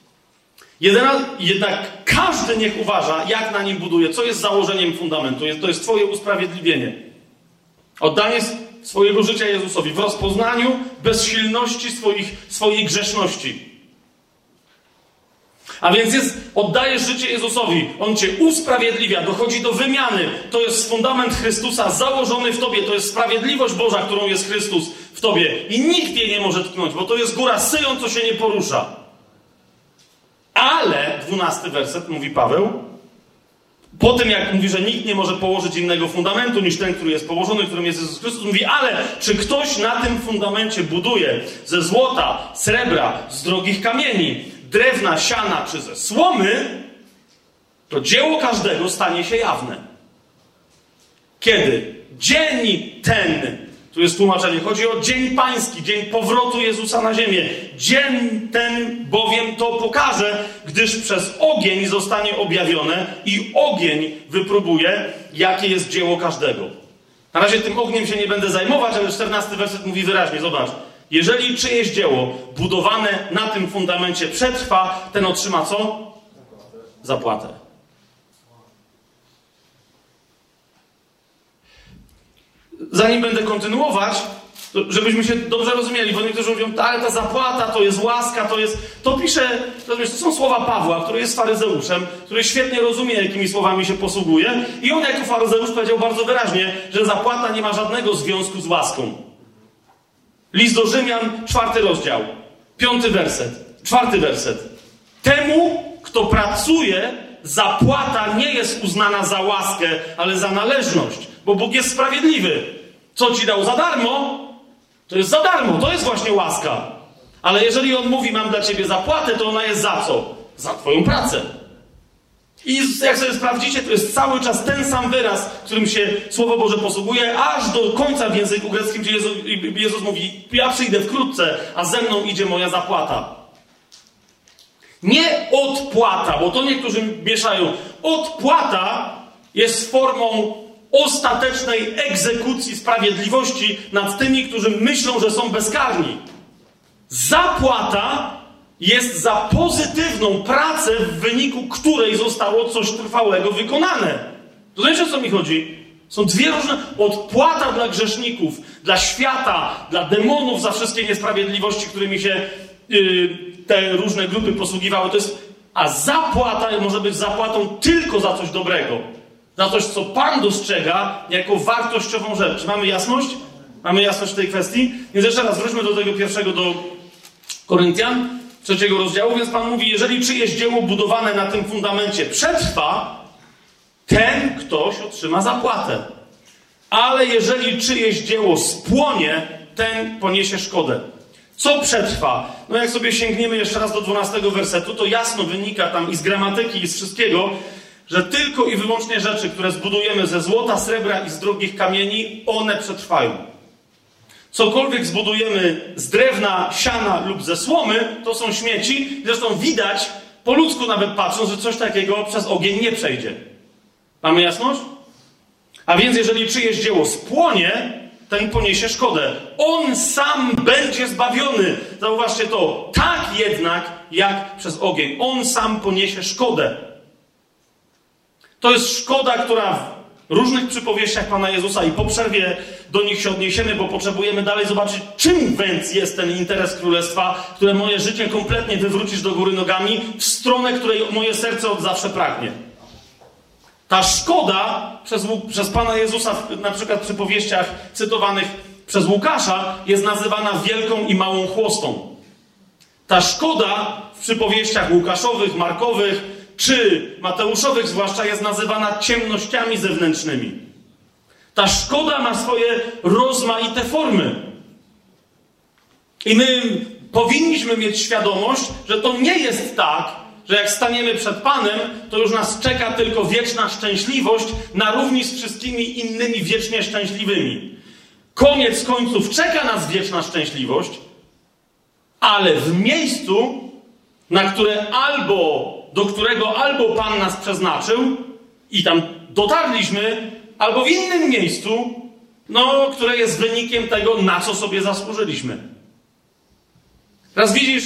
A: Jednak każdy niech uważa, jak na nim buduje, co jest założeniem fundamentu. To jest twoje usprawiedliwienie. Oddanie swojego życia Jezusowi w rozpoznaniu bezsilności swoich, swojej grzeszności. A więc jest, oddajesz życie Jezusowi, On cię usprawiedliwia, dochodzi do wymiany. To jest fundament Chrystusa założony w tobie, to jest sprawiedliwość Boża, którą jest Chrystus w tobie. I nikt jej nie może tknąć, bo to jest góra Syjon, co się nie porusza. Ale, dwunasty werset, mówi Paweł, Po tym, jak mówi, że nikt nie może położyć innego fundamentu niż ten, który jest położony, którym jest Jezus Chrystus, mówi, ale czy ktoś na tym fundamencie buduje ze złota, srebra, z drogich kamieni, drewna, siana czy ze słomy, to dzieło każdego stanie się jawne. Kiedy? Dzień ten, tu jest tłumaczenie, chodzi o dzień pański, dzień powrotu Jezusa na ziemię. Dzień ten bowiem to pokaże, gdyż przez ogień zostanie objawione i ogień wypróbuje, jakie jest dzieło każdego. Na razie tym ogniem się nie będę zajmować, ale czternasty werset mówi wyraźnie, zobacz. Jeżeli czyjeś dzieło budowane na tym fundamencie przetrwa, ten otrzyma co? Zapłatę. Zanim będę kontynuować, żebyśmy się dobrze rozumieli, bo niektórzy mówią, ale ta zapłata to jest łaska, to jest... To pisze, to są słowa Pawła, który jest faryzeuszem, który świetnie rozumie, jakimi słowami się posługuje, i on jako faryzeusz powiedział bardzo wyraźnie, że zapłata nie ma żadnego związku z łaską. List do Rzymian, czwarty rozdział, piąty werset, czwarty werset. Temu, kto pracuje, zapłata nie jest uznana za łaskę, ale za należność, bo Bóg jest sprawiedliwy. Co ci dał za darmo, to jest za darmo, to jest właśnie łaska. Ale jeżeli on mówi, mam dla ciebie zapłatę, to ona jest za co? Za twoją pracę. I jak sobie sprawdzicie, to jest cały czas ten sam wyraz, którym się Słowo Boże posługuje, aż do końca w języku greckim, gdzie Jezus, Jezus mówi, ja przyjdę wkrótce, a ze mną idzie moja zapłata. Nie odpłata, bo to niektórzy mieszają. Odpłata jest formą ostatecznej egzekucji sprawiedliwości nad tymi, którzy myślą, że są bezkarni. Zapłata jest za pozytywną pracę, w wyniku której zostało coś trwałego wykonane. To wiecie, o co mi chodzi? Są dwie różne... Odpłata dla grzeszników, dla świata, dla demonów za wszystkie niesprawiedliwości, którymi się yy, te różne grupy posługiwały. To jest... A zapłata może być zapłatą tylko za coś dobrego. Za coś, co Pan dostrzega jako wartościową rzecz. Mamy jasność? Mamy jasność w tej kwestii? Więc jeszcze raz wróćmy do tego pierwszego, do Koryntian, trzeciego rozdziału. Więc Pan mówi, jeżeli czyjeś dzieło budowane na tym fundamencie przetrwa, ten ktoś otrzyma zapłatę. Ale jeżeli czyjeś dzieło spłonie, ten poniesie szkodę. Co przetrwa? No jak sobie sięgniemy jeszcze raz do dwunastego wersetu, to jasno wynika tam i z gramatyki, i z wszystkiego, że tylko i wyłącznie rzeczy, które zbudujemy ze złota, srebra i z drogich kamieni, one przetrwają. Cokolwiek zbudujemy z drewna, siana lub ze słomy, to są śmieci. Zresztą widać, po ludzku nawet patrząc, że coś takiego przez ogień nie przejdzie. Mamy jasność? A więc jeżeli czyjeś dzieło spłonie, ten poniesie szkodę. On sam będzie zbawiony. Zauważcie to. Tak jednak, jak przez ogień. On sam poniesie szkodę. To jest szkoda, która w różnych przypowieściach Pana Jezusa, i po przerwie do nich się odniesiemy, bo potrzebujemy dalej zobaczyć, czym więc jest ten interes Królestwa, które moje życie kompletnie wywrócisz do góry nogami, w stronę, której moje serce od zawsze pragnie. Ta szkoda przez, przez Pana Jezusa, na przykład w przypowieściach cytowanych przez Łukasza, jest nazywana wielką i małą chłostą. Ta szkoda w przypowieściach Łukaszowych, Markowych, czy Mateuszowych zwłaszcza, jest nazywana ciemnościami zewnętrznymi. Ta szkoda ma swoje rozmaite formy. I my powinniśmy mieć świadomość, że to nie jest tak, że jak staniemy przed Panem, to już nas czeka tylko wieczna szczęśliwość na równi z wszystkimi innymi wiecznie szczęśliwymi. Koniec końców czeka nas wieczna szczęśliwość, ale w miejscu, na które albo do którego albo Pan nas przeznaczył i tam dotarliśmy, albo w innym miejscu, no, które jest wynikiem tego, na co sobie zasłużyliśmy. Teraz widzisz,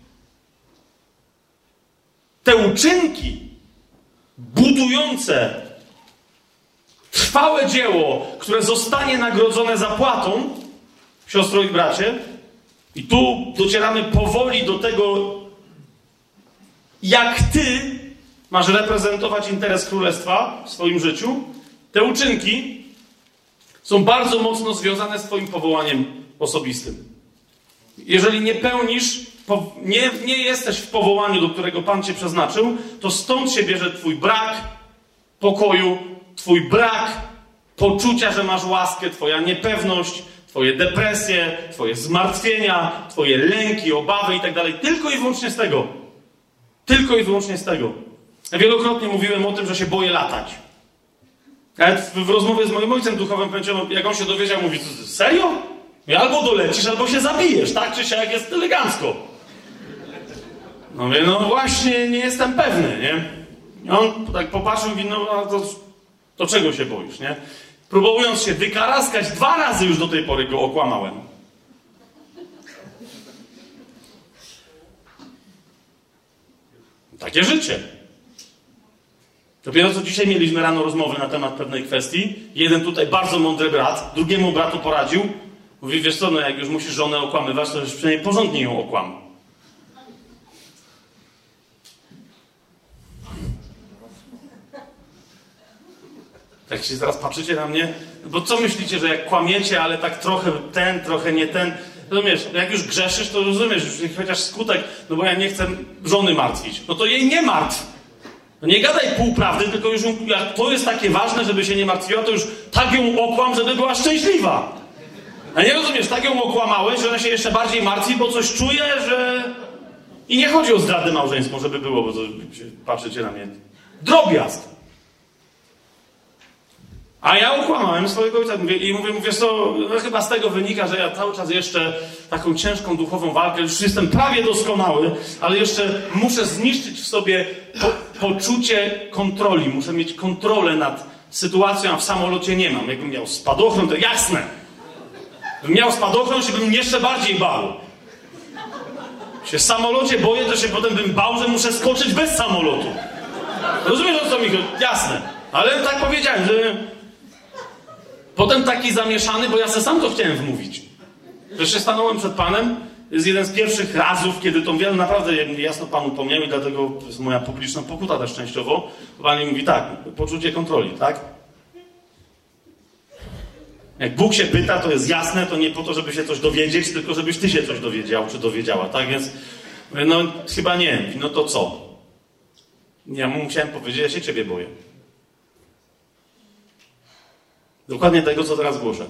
A: te uczynki budujące trwałe dzieło, które zostanie nagrodzone zapłatą, siostro i bracie, i tu docieramy powoli do tego, jak ty masz reprezentować interes Królestwa w swoim życiu. Te uczynki są bardzo mocno związane z twoim powołaniem osobistym. Jeżeli nie pełnisz, nie, nie jesteś w powołaniu, do którego Pan cię przeznaczył, to stąd się bierze twój brak pokoju, twój brak poczucia, że masz łaskę, twoja niepewność, twoje depresje, twoje zmartwienia, twoje lęki, obawy i tak dalej. Tylko i wyłącznie z tego. Tylko i wyłącznie z tego. Ja wielokrotnie mówiłem o tym, że się boję latać. Nawet w rozmowie z moim ojcem duchowym, jak on się dowiedział, mówi, serio? Albo dolecisz, albo się zabijesz, tak czy siak jest elegancko. No mówię, no właśnie nie jestem pewny, nie? I on tak popatrzył i mówi, no a to, to czego się boisz, nie? Próbując się wykaraskać, dwa razy już do tej pory go okłamałem. Takie życie. Dopiero co dzisiaj mieliśmy rano rozmowy na temat pewnej kwestii. Jeden tutaj bardzo mądry brat, drugiemu bratu poradził. Mówi, wiesz co, no jak już musisz żonę okłamywać, to już przynajmniej porządnie ją okłam. Tak się zaraz patrzycie na mnie, bo co myślicie, że jak kłamiecie, ale tak trochę ten, trochę nie ten, rozumiesz, jak już grzeszysz, to rozumiesz, już chociaż skutek, no bo ja nie chcę żony martwić, no to jej nie martw. No nie gadaj półprawdy, tylko już jak to jest takie ważne, żeby się nie martwiła, to już tak ją okłam, żeby była szczęśliwa. A nie rozumiesz, tak ją okłamałeś, że ona się jeszcze bardziej martwi, bo coś czuje, że... I nie chodzi o zdradę małżeństwa, żeby było, bo to patrzycie na mnie. Drobiazg. A ja okłamałem swojego ojca mówię, i mówię, mówię, co, no chyba z tego wynika, że ja cały czas jeszcze taką ciężką duchową walkę, już jestem prawie doskonały, ale jeszcze muszę zniszczyć w sobie po, poczucie kontroli. Muszę mieć kontrolę nad sytuacją, a w samolocie nie mam. Jakbym miał spadochron, to jasne. Gdybym miał spadochron, się bym jeszcze bardziej bał. Jak się w samolocie boję, to się potem bym bał, że muszę skoczyć bez samolotu. Rozumiesz, o co mi chodzi? Jasne. Ale tak powiedziałem, że... Potem taki zamieszany, bo ja se sam to chciałem wmówić. Że się stanąłem przed Panem, jest jeden z pierwszych razów, kiedy to wiele naprawdę jasno Panu pomniałem i dlatego jest moja publiczna pokuta też częściowo. Pan mi mówi tak, poczucie kontroli, tak? Jak Bóg się pyta, to jest jasne, to nie po to, żeby się coś dowiedzieć, tylko żebyś ty się coś dowiedział, czy dowiedziała, tak? Więc no chyba nie, no to co? Ja mu musiałem powiedzieć, ja się ciebie boję. Dokładnie tego, co teraz głoszę.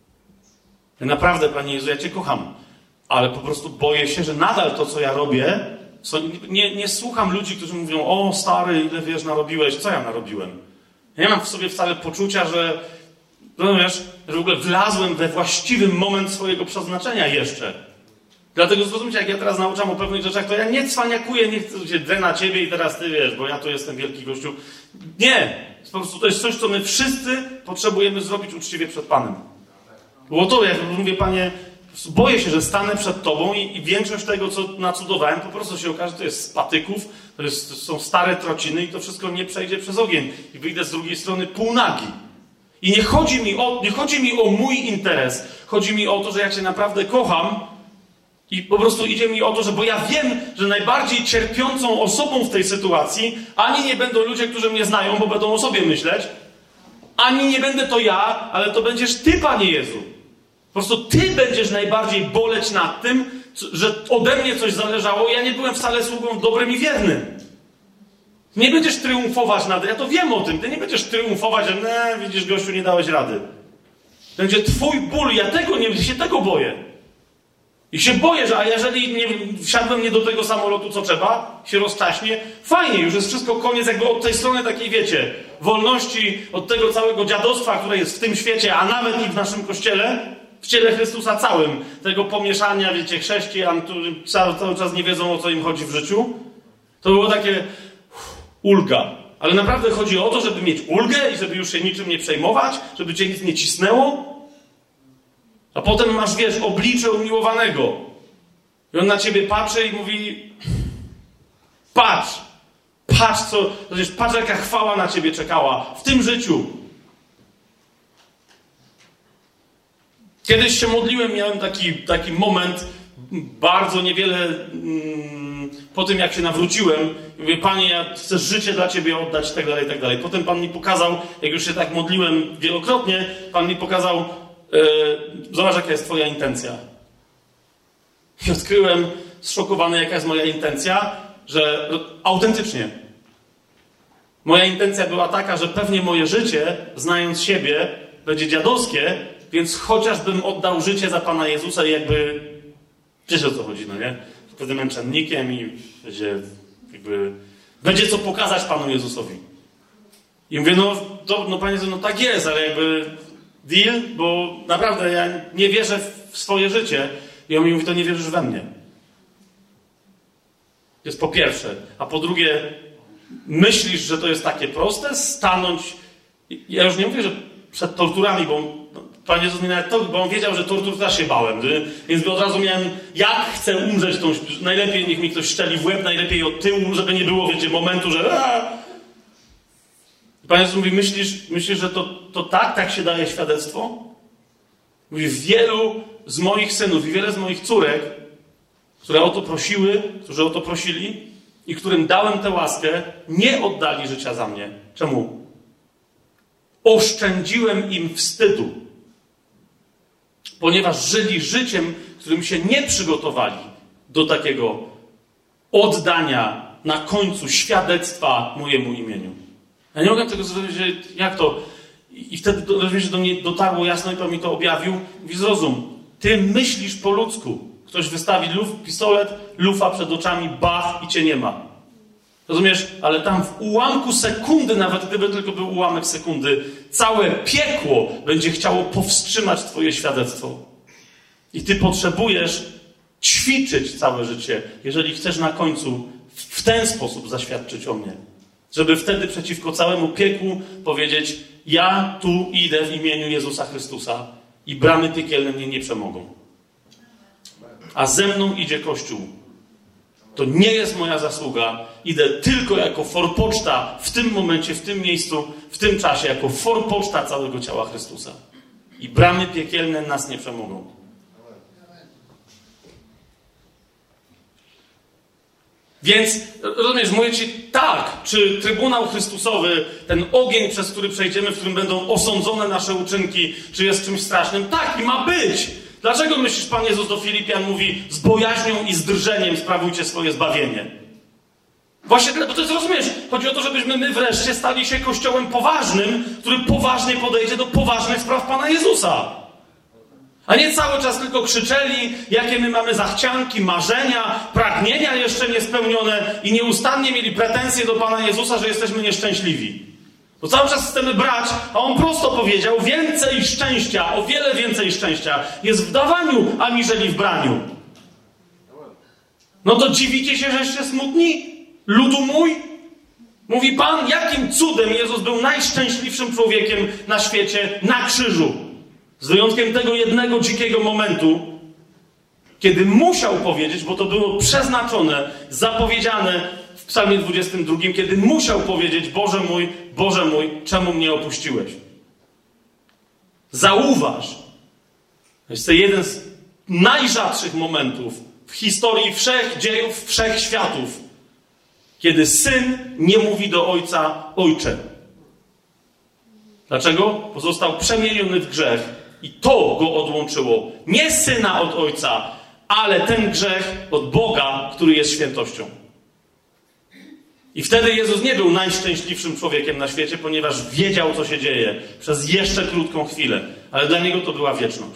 A: Ja naprawdę, Panie Jezu, ja Cię kocham, ale po prostu boję się, że nadal to, co ja robię, co, nie, nie słucham ludzi, którzy mówią, o stary, ile wiesz, narobiłeś, co ja narobiłem? Ja nie mam w sobie wcale poczucia, że, rozumiesz, że w ogóle wlazłem we właściwy moment swojego przeznaczenia jeszcze. Dlatego zrozumcie, jak ja teraz nauczam o pewnych rzeczach, to ja nie cwaniakuję, nie chcę się drę na Ciebie i teraz Ty wiesz, bo ja tu jestem wielki gościu. Nie! Po prostu to jest coś, co my wszyscy potrzebujemy zrobić uczciwie przed Panem. Bo to, jak mówię, Panie, boję się, że stanę przed Tobą i, i większość tego, co nacudowałem, po prostu się okaże, to jest z patyków, to, jest, to są stare trociny i to wszystko nie przejdzie przez ogień. I wyjdę z drugiej strony półnagi. I nie chodzi mi o, nie chodzi mi o mój interes. Chodzi mi o to, że ja Cię naprawdę kocham i po prostu idzie mi o to, że bo ja wiem, że najbardziej cierpiącą osobą w tej sytuacji ani nie będą ludzie, którzy mnie znają, bo będą o sobie myśleć, ani nie będę to ja, ale to będziesz Ty, Panie Jezu. Po prostu Ty będziesz najbardziej boleć nad tym, że ode mnie coś zależało. Ja nie byłem wcale sługą dobrym i wiernym. Nie będziesz triumfować nad... Ja to wiem o tym. Ty nie będziesz triumfować, że nie, widzisz, gościu, nie dałeś rady. Będzie Twój ból. Ja tego nie... Ja się tego boję. I się boję, że a jeżeli nie, wsiadłem nie do tego samolotu, co trzeba, się rozczaśnie, fajnie, już jest wszystko koniec, jakby od tej strony takiej, wiecie, wolności, od tego całego dziadostwa, które jest w tym świecie, a nawet i w naszym Kościele, w ciele Chrystusa całym, tego pomieszania, wiecie, chrześcijan, którzy cały, cały czas nie wiedzą, o co im chodzi w życiu, to było takie uff, ulga. Ale naprawdę chodzi o to, żeby mieć ulgę i żeby już się niczym nie przejmować, żeby cię nic nie cisnęło. A potem masz, wiesz, oblicze umiłowanego. I on na ciebie patrzy i mówi, patrz, patrz, co, patrz, jaka chwała na ciebie czekała w tym życiu. Kiedyś się modliłem, miałem taki, taki moment, bardzo niewiele mm, po tym, jak się nawróciłem. Mówię, Panie, ja chcę życie dla Ciebie oddać, i tak dalej, i tak dalej. Potem Pan mi pokazał, jak już się tak modliłem wielokrotnie, Pan mi pokazał, Yy, zobacz, jaka jest Twoja intencja. I odkryłem, zszokowany, jaka jest moja intencja, że autentycznie. Moja intencja była taka, że pewnie moje życie, znając siebie, będzie dziadowskie, więc chociażbym oddał życie za Pana Jezusa i jakby... Wiesz, o co chodzi, no nie? Wtedy męczennikiem i będzie jakby... Będzie co pokazać Panu Jezusowi. I mówię, no, to, no Panie Jezu, no tak jest, ale jakby deal, bo naprawdę ja nie wierzę w swoje życie. I on mi mówi, to nie wierzysz we mnie. To jest po pierwsze. A po drugie, myślisz, że to jest takie proste? Stanąć... Ja już nie mówię, że przed torturami, bo Pan Jezus mi nawet to, bo on wiedział, że tortur też się bałem. Więc od razu miałem, jak chcę umrzeć tą... Najlepiej niech mi ktoś szczeli w łeb, najlepiej od tyłu, żeby nie było, wiecie, momentu, że... Pan Jezus mówi, myślisz, myślisz że to, to tak, tak się daje świadectwo? Mówi, wielu z moich synów i wiele z moich córek, które o to prosiły, którzy o to prosili i którym dałem tę łaskę, nie oddali życia za mnie. Czemu? Oszczędziłem im wstydu. Ponieważ żyli życiem, którym się nie przygotowali do takiego oddania na końcu świadectwa mojemu imieniu. Ja nie mogę tego zrozumieć, jak to... I wtedy rozumiesz, że do mnie dotarło jasno i Pan mi to objawił. Mówi, zrozum, ty myślisz po ludzku. Ktoś wystawi luf, pistolet, lufa przed oczami, bach i cię nie ma. Rozumiesz? Ale tam w ułamku sekundy, nawet gdyby tylko był ułamek sekundy, całe piekło będzie chciało powstrzymać twoje świadectwo. I ty potrzebujesz ćwiczyć całe życie, jeżeli chcesz na końcu w ten sposób zaświadczyć o mnie. Żeby wtedy przeciwko całemu piekłu powiedzieć, ja tu idę w imieniu Jezusa Chrystusa i bramy piekielne mnie nie przemogą. A ze mną idzie Kościół. To nie jest moja zasługa. Idę tylko jako forpoczta w tym momencie, w tym miejscu, w tym czasie, jako forpoczta całego ciała Chrystusa. I bramy piekielne nas nie przemogą. Więc, rozumiesz, mówię ci tak, czy Trybunał Chrystusowy, ten ogień, przez który przejdziemy, w którym będą osądzone nasze uczynki, czy jest czymś strasznym? Tak, i ma być. Dlaczego myślisz, Pan Jezus do Filipian mówi, z bojaźnią i z drżeniem sprawujcie swoje zbawienie? Właśnie, bo to jest, rozumiesz, chodzi o to, żebyśmy my wreszcie stali się kościołem poważnym, który poważnie podejdzie do poważnych spraw Pana Jezusa. A nie cały czas tylko krzyczeli, jakie my mamy zachcianki, marzenia, pragnienia jeszcze niespełnione i nieustannie mieli pretensje do Pana Jezusa, że jesteśmy nieszczęśliwi. Bo cały czas chcemy brać, a On prosto powiedział, więcej szczęścia, o wiele więcej szczęścia jest w dawaniu, aniżeli w braniu. No to dziwicie się, żeście smutni? Ludu mój? Mówi Pan, jakim cudem Jezus był najszczęśliwszym człowiekiem na świecie na krzyżu. Z wyjątkiem tego jednego dzikiego momentu, kiedy musiał powiedzieć, bo to było przeznaczone, zapowiedziane w Psalmie dwudziestym drugim, kiedy musiał powiedzieć, Boże mój, Boże mój, czemu mnie opuściłeś? Zauważ, to jest to jeden z najrzadszych momentów w historii wszechdziejów, wszechświatów, kiedy syn nie mówi do ojca, ojcze. Dlaczego? Bo został przemieniony w grzech i to go odłączyło. Nie syna od ojca, ale ten grzech od Boga, który jest świętością. I wtedy Jezus nie był najszczęśliwszym człowiekiem na świecie, ponieważ wiedział, co się dzieje przez jeszcze krótką chwilę. Ale dla Niego to była wieczność.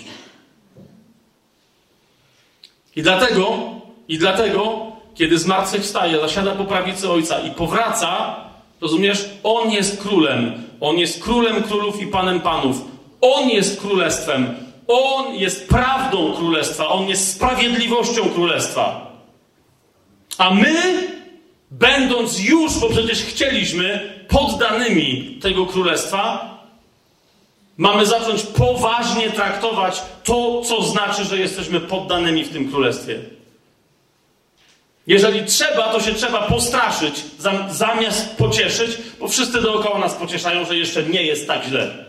A: I dlatego, i dlatego, kiedy zmartwychwstaje, zasiada po prawicy Ojca i powraca, rozumiesz, On jest królem. On jest królem królów i panem panów. On jest królestwem. On jest prawdą królestwa. On jest sprawiedliwością królestwa. A my, będąc już, bo przecież chcieliśmy, poddanymi tego królestwa, mamy zacząć poważnie traktować to, co znaczy, że jesteśmy poddanymi w tym królestwie. Jeżeli trzeba, to się trzeba postraszyć, zamiast pocieszyć, bo wszyscy dookoła nas pocieszają, że jeszcze nie jest tak źle.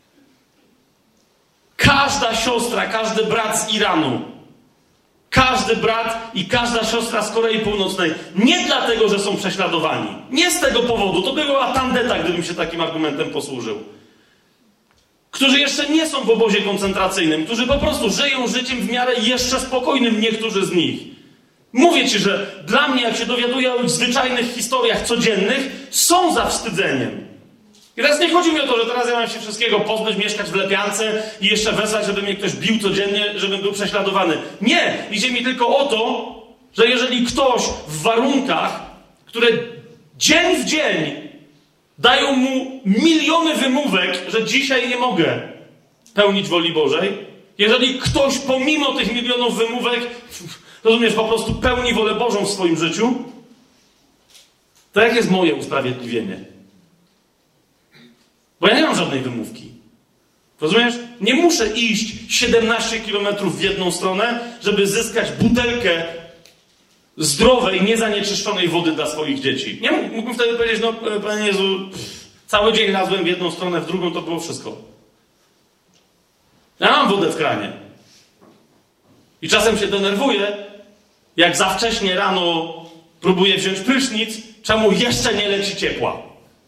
A: Każda siostra, każdy brat z Iranu, każdy brat i każda siostra z Korei Północnej, nie dlatego, że są prześladowani. Nie z tego powodu. To by była tandeta, gdybym się takim argumentem posłużył. Którzy jeszcze nie są w obozie koncentracyjnym, którzy po prostu żyją życiem w miarę jeszcze spokojnym, niektórzy z nich. Mówię ci, że dla mnie, jak się dowiaduję o zwyczajnych historiach codziennych, są zawstydzeniem. I teraz nie chodzi mi o to, że teraz ja mam się wszystkiego pozbyć, mieszkać w lepiance i jeszcze wesłać, żeby mnie ktoś bił codziennie, żebym był prześladowany. Nie! Idzie mi tylko o to, że jeżeli ktoś w warunkach, które dzień w dzień dają mu miliony wymówek, że dzisiaj nie mogę pełnić woli Bożej, jeżeli ktoś pomimo tych milionów wymówek, rozumiesz, po prostu pełni wolę Bożą w swoim życiu, to jakie jest moje usprawiedliwienie? Bo ja nie mam żadnej wymówki. Rozumiesz? Nie muszę iść siedemnaście kilometrów w jedną stronę, żeby zyskać butelkę zdrowej, niezanieczyszczonej wody dla swoich dzieci. Nie mógłbym wtedy powiedzieć, no Panie Jezu, pff, cały dzień lazłem w jedną stronę, w drugą, to było wszystko. Ja mam wodę w kranie. I czasem się denerwuję, jak za wcześnie rano próbuję wziąć prysznic, czemu jeszcze nie leci ciepła.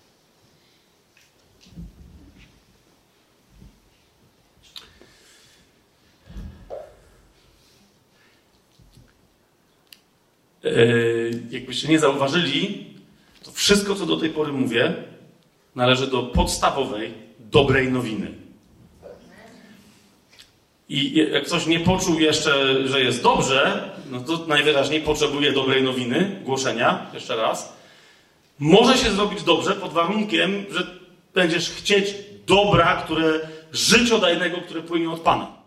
A: Yy, jakbyście nie zauważyli, to wszystko, co do tej pory mówię, należy do podstawowej, dobrej nowiny. I jak ktoś nie poczuł jeszcze, że jest dobrze, no to najwyraźniej potrzebuje dobrej nowiny, głoszenia, jeszcze raz. Może się zrobić dobrze pod warunkiem, że będziesz chcieć dobra, które życiodajnego, które płynie od Pana.